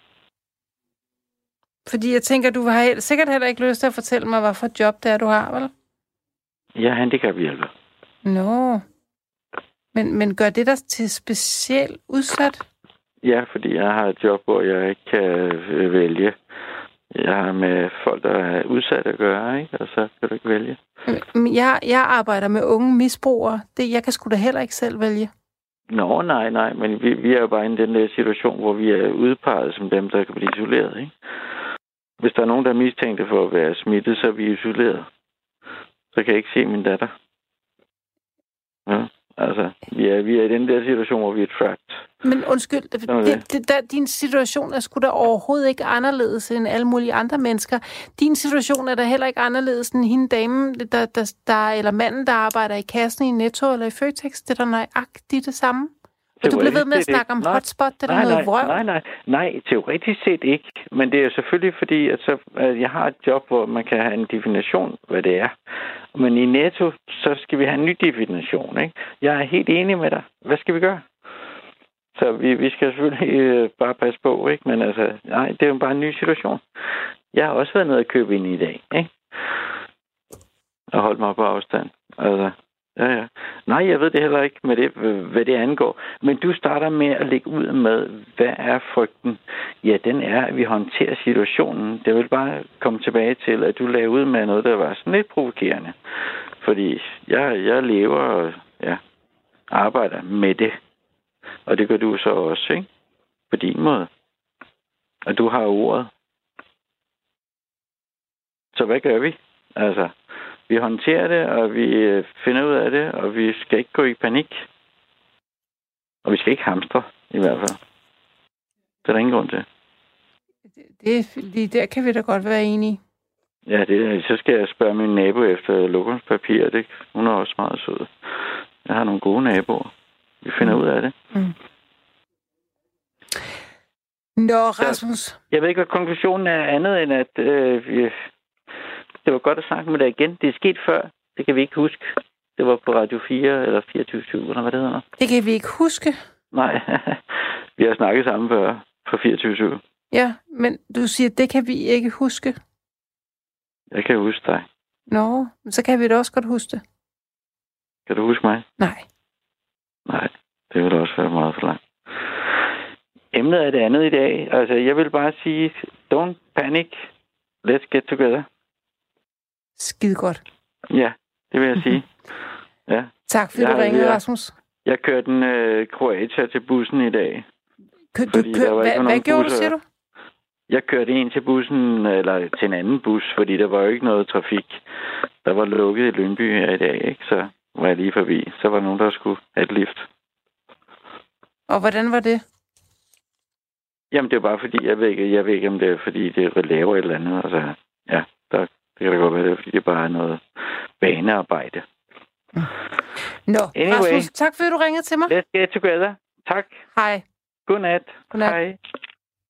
Fordi jeg tænker, du har sikkert heller ikke lyst til at fortælle mig, hvad for et job det er, du har, vel? Jeg er handicaphjælper. Nå. Men gør det dig til specielt udsat? Ja, fordi jeg har et job, hvor jeg ikke kan vælge. Jeg har med folk, der er udsat at gøre, ikke? Og så kan du ikke vælge. Jeg arbejder med unge misbrugere. Jeg kan sgu da heller ikke selv vælge. Nå, nej. Men vi er jo bare i den der situation, hvor vi er udpeget som dem, der kan blive isoleret, ikke? Hvis der er nogen, der er mistænkte for at være smittet, så er vi isoleret. Så kan jeg ikke se min datter. Ja, altså, vi er i den der situation, hvor vi er trapped. Men undskyld, din situation er sgu da overhovedet ikke anderledes end alle mulige andre mennesker. Din situation er da heller ikke anderledes end hende dame, eller manden, der arbejder i kassen i Netto eller i Føtex. Det er da nøjagtigt det samme. Og du bliver ved med at snakke om hotspot, det er noget vrøv. Nej, teoretisk set ikke. Men det er selvfølgelig fordi, at jeg har et job, hvor man kan have en definition, hvad det er. Men i Netto, så skal vi have en ny definition, ikke? Jeg er helt enig med dig. Hvad skal vi gøre? Så vi skal selvfølgelig bare passe på, ikke? Men altså, nej, det er jo bare en ny situation. Jeg har også været nede og købe ind i dag, ikke? Og holdt mig på afstand. Altså, ja. Nej, jeg ved det heller ikke med det, hvad det angår. Men du starter med at lægge ud med, hvad er frygten? Ja, den er, at vi håndterer situationen. Det vil bare komme tilbage til, at du lagde ud med noget, der var sådan lidt provokerende. Fordi jeg lever og arbejder med det. Og det gør du så også, ikke? På din måde. Og du har ordet. Så hvad gør vi? Altså, vi håndterer det, og vi finder ud af det, og vi skal ikke gå i panik. Og vi skal ikke hamstre, i hvert fald. Det er der ingen grund til. Lige der kan vi da godt være enige. Ja, så skal jeg spørge min nabo efter lokumspapir. Hun er også meget sød. Jeg har nogle gode naboer. Vi finder ud af det. Nå, Rasmus. Jeg ved ikke, hvad konklusionen er andet end, at det var godt at snakke med dig igen. Det er sket før. Det kan vi ikke huske. Det var på Radio 4 eller 24/7, eller hvad det hedder. Det kan vi ikke huske. Nej, vi har snakket sammen før på 24/7. Ja, men du siger, det kan vi ikke huske. Jeg kan huske dig. Nå, så kan vi da også godt huske det. Kan du huske mig? Nej. Nej, det vil også være meget for langt. Emnet er det andet i dag. Altså, jeg vil bare sige, don't panic. Let's get together. Skide godt. Ja, det vil jeg sige. Ja. Tak fordi du ringede, Rasmus. Jeg kørte en Kroatia til bussen i dag. Hvad gjorde du, siger du? Jeg kørte en til bussen, eller til en anden bus, fordi der var jo ikke noget trafik. Der var lukket i Lyngby her i dag, ikke? Så var jeg lige forbi. Så var der nogen, der skulle have et lift. Og hvordan var det? Jamen, det er bare fordi, jeg ved ikke, om det er fordi, det laver et eller andet. Altså, ja, det kan da godt være, det er, fordi det bare er noget vanearbejde. Nå, anyway, Rasmus, tak fordi du ringede til mig. Let's get together. Tak. Hej. Godnat. Godnat. Hej.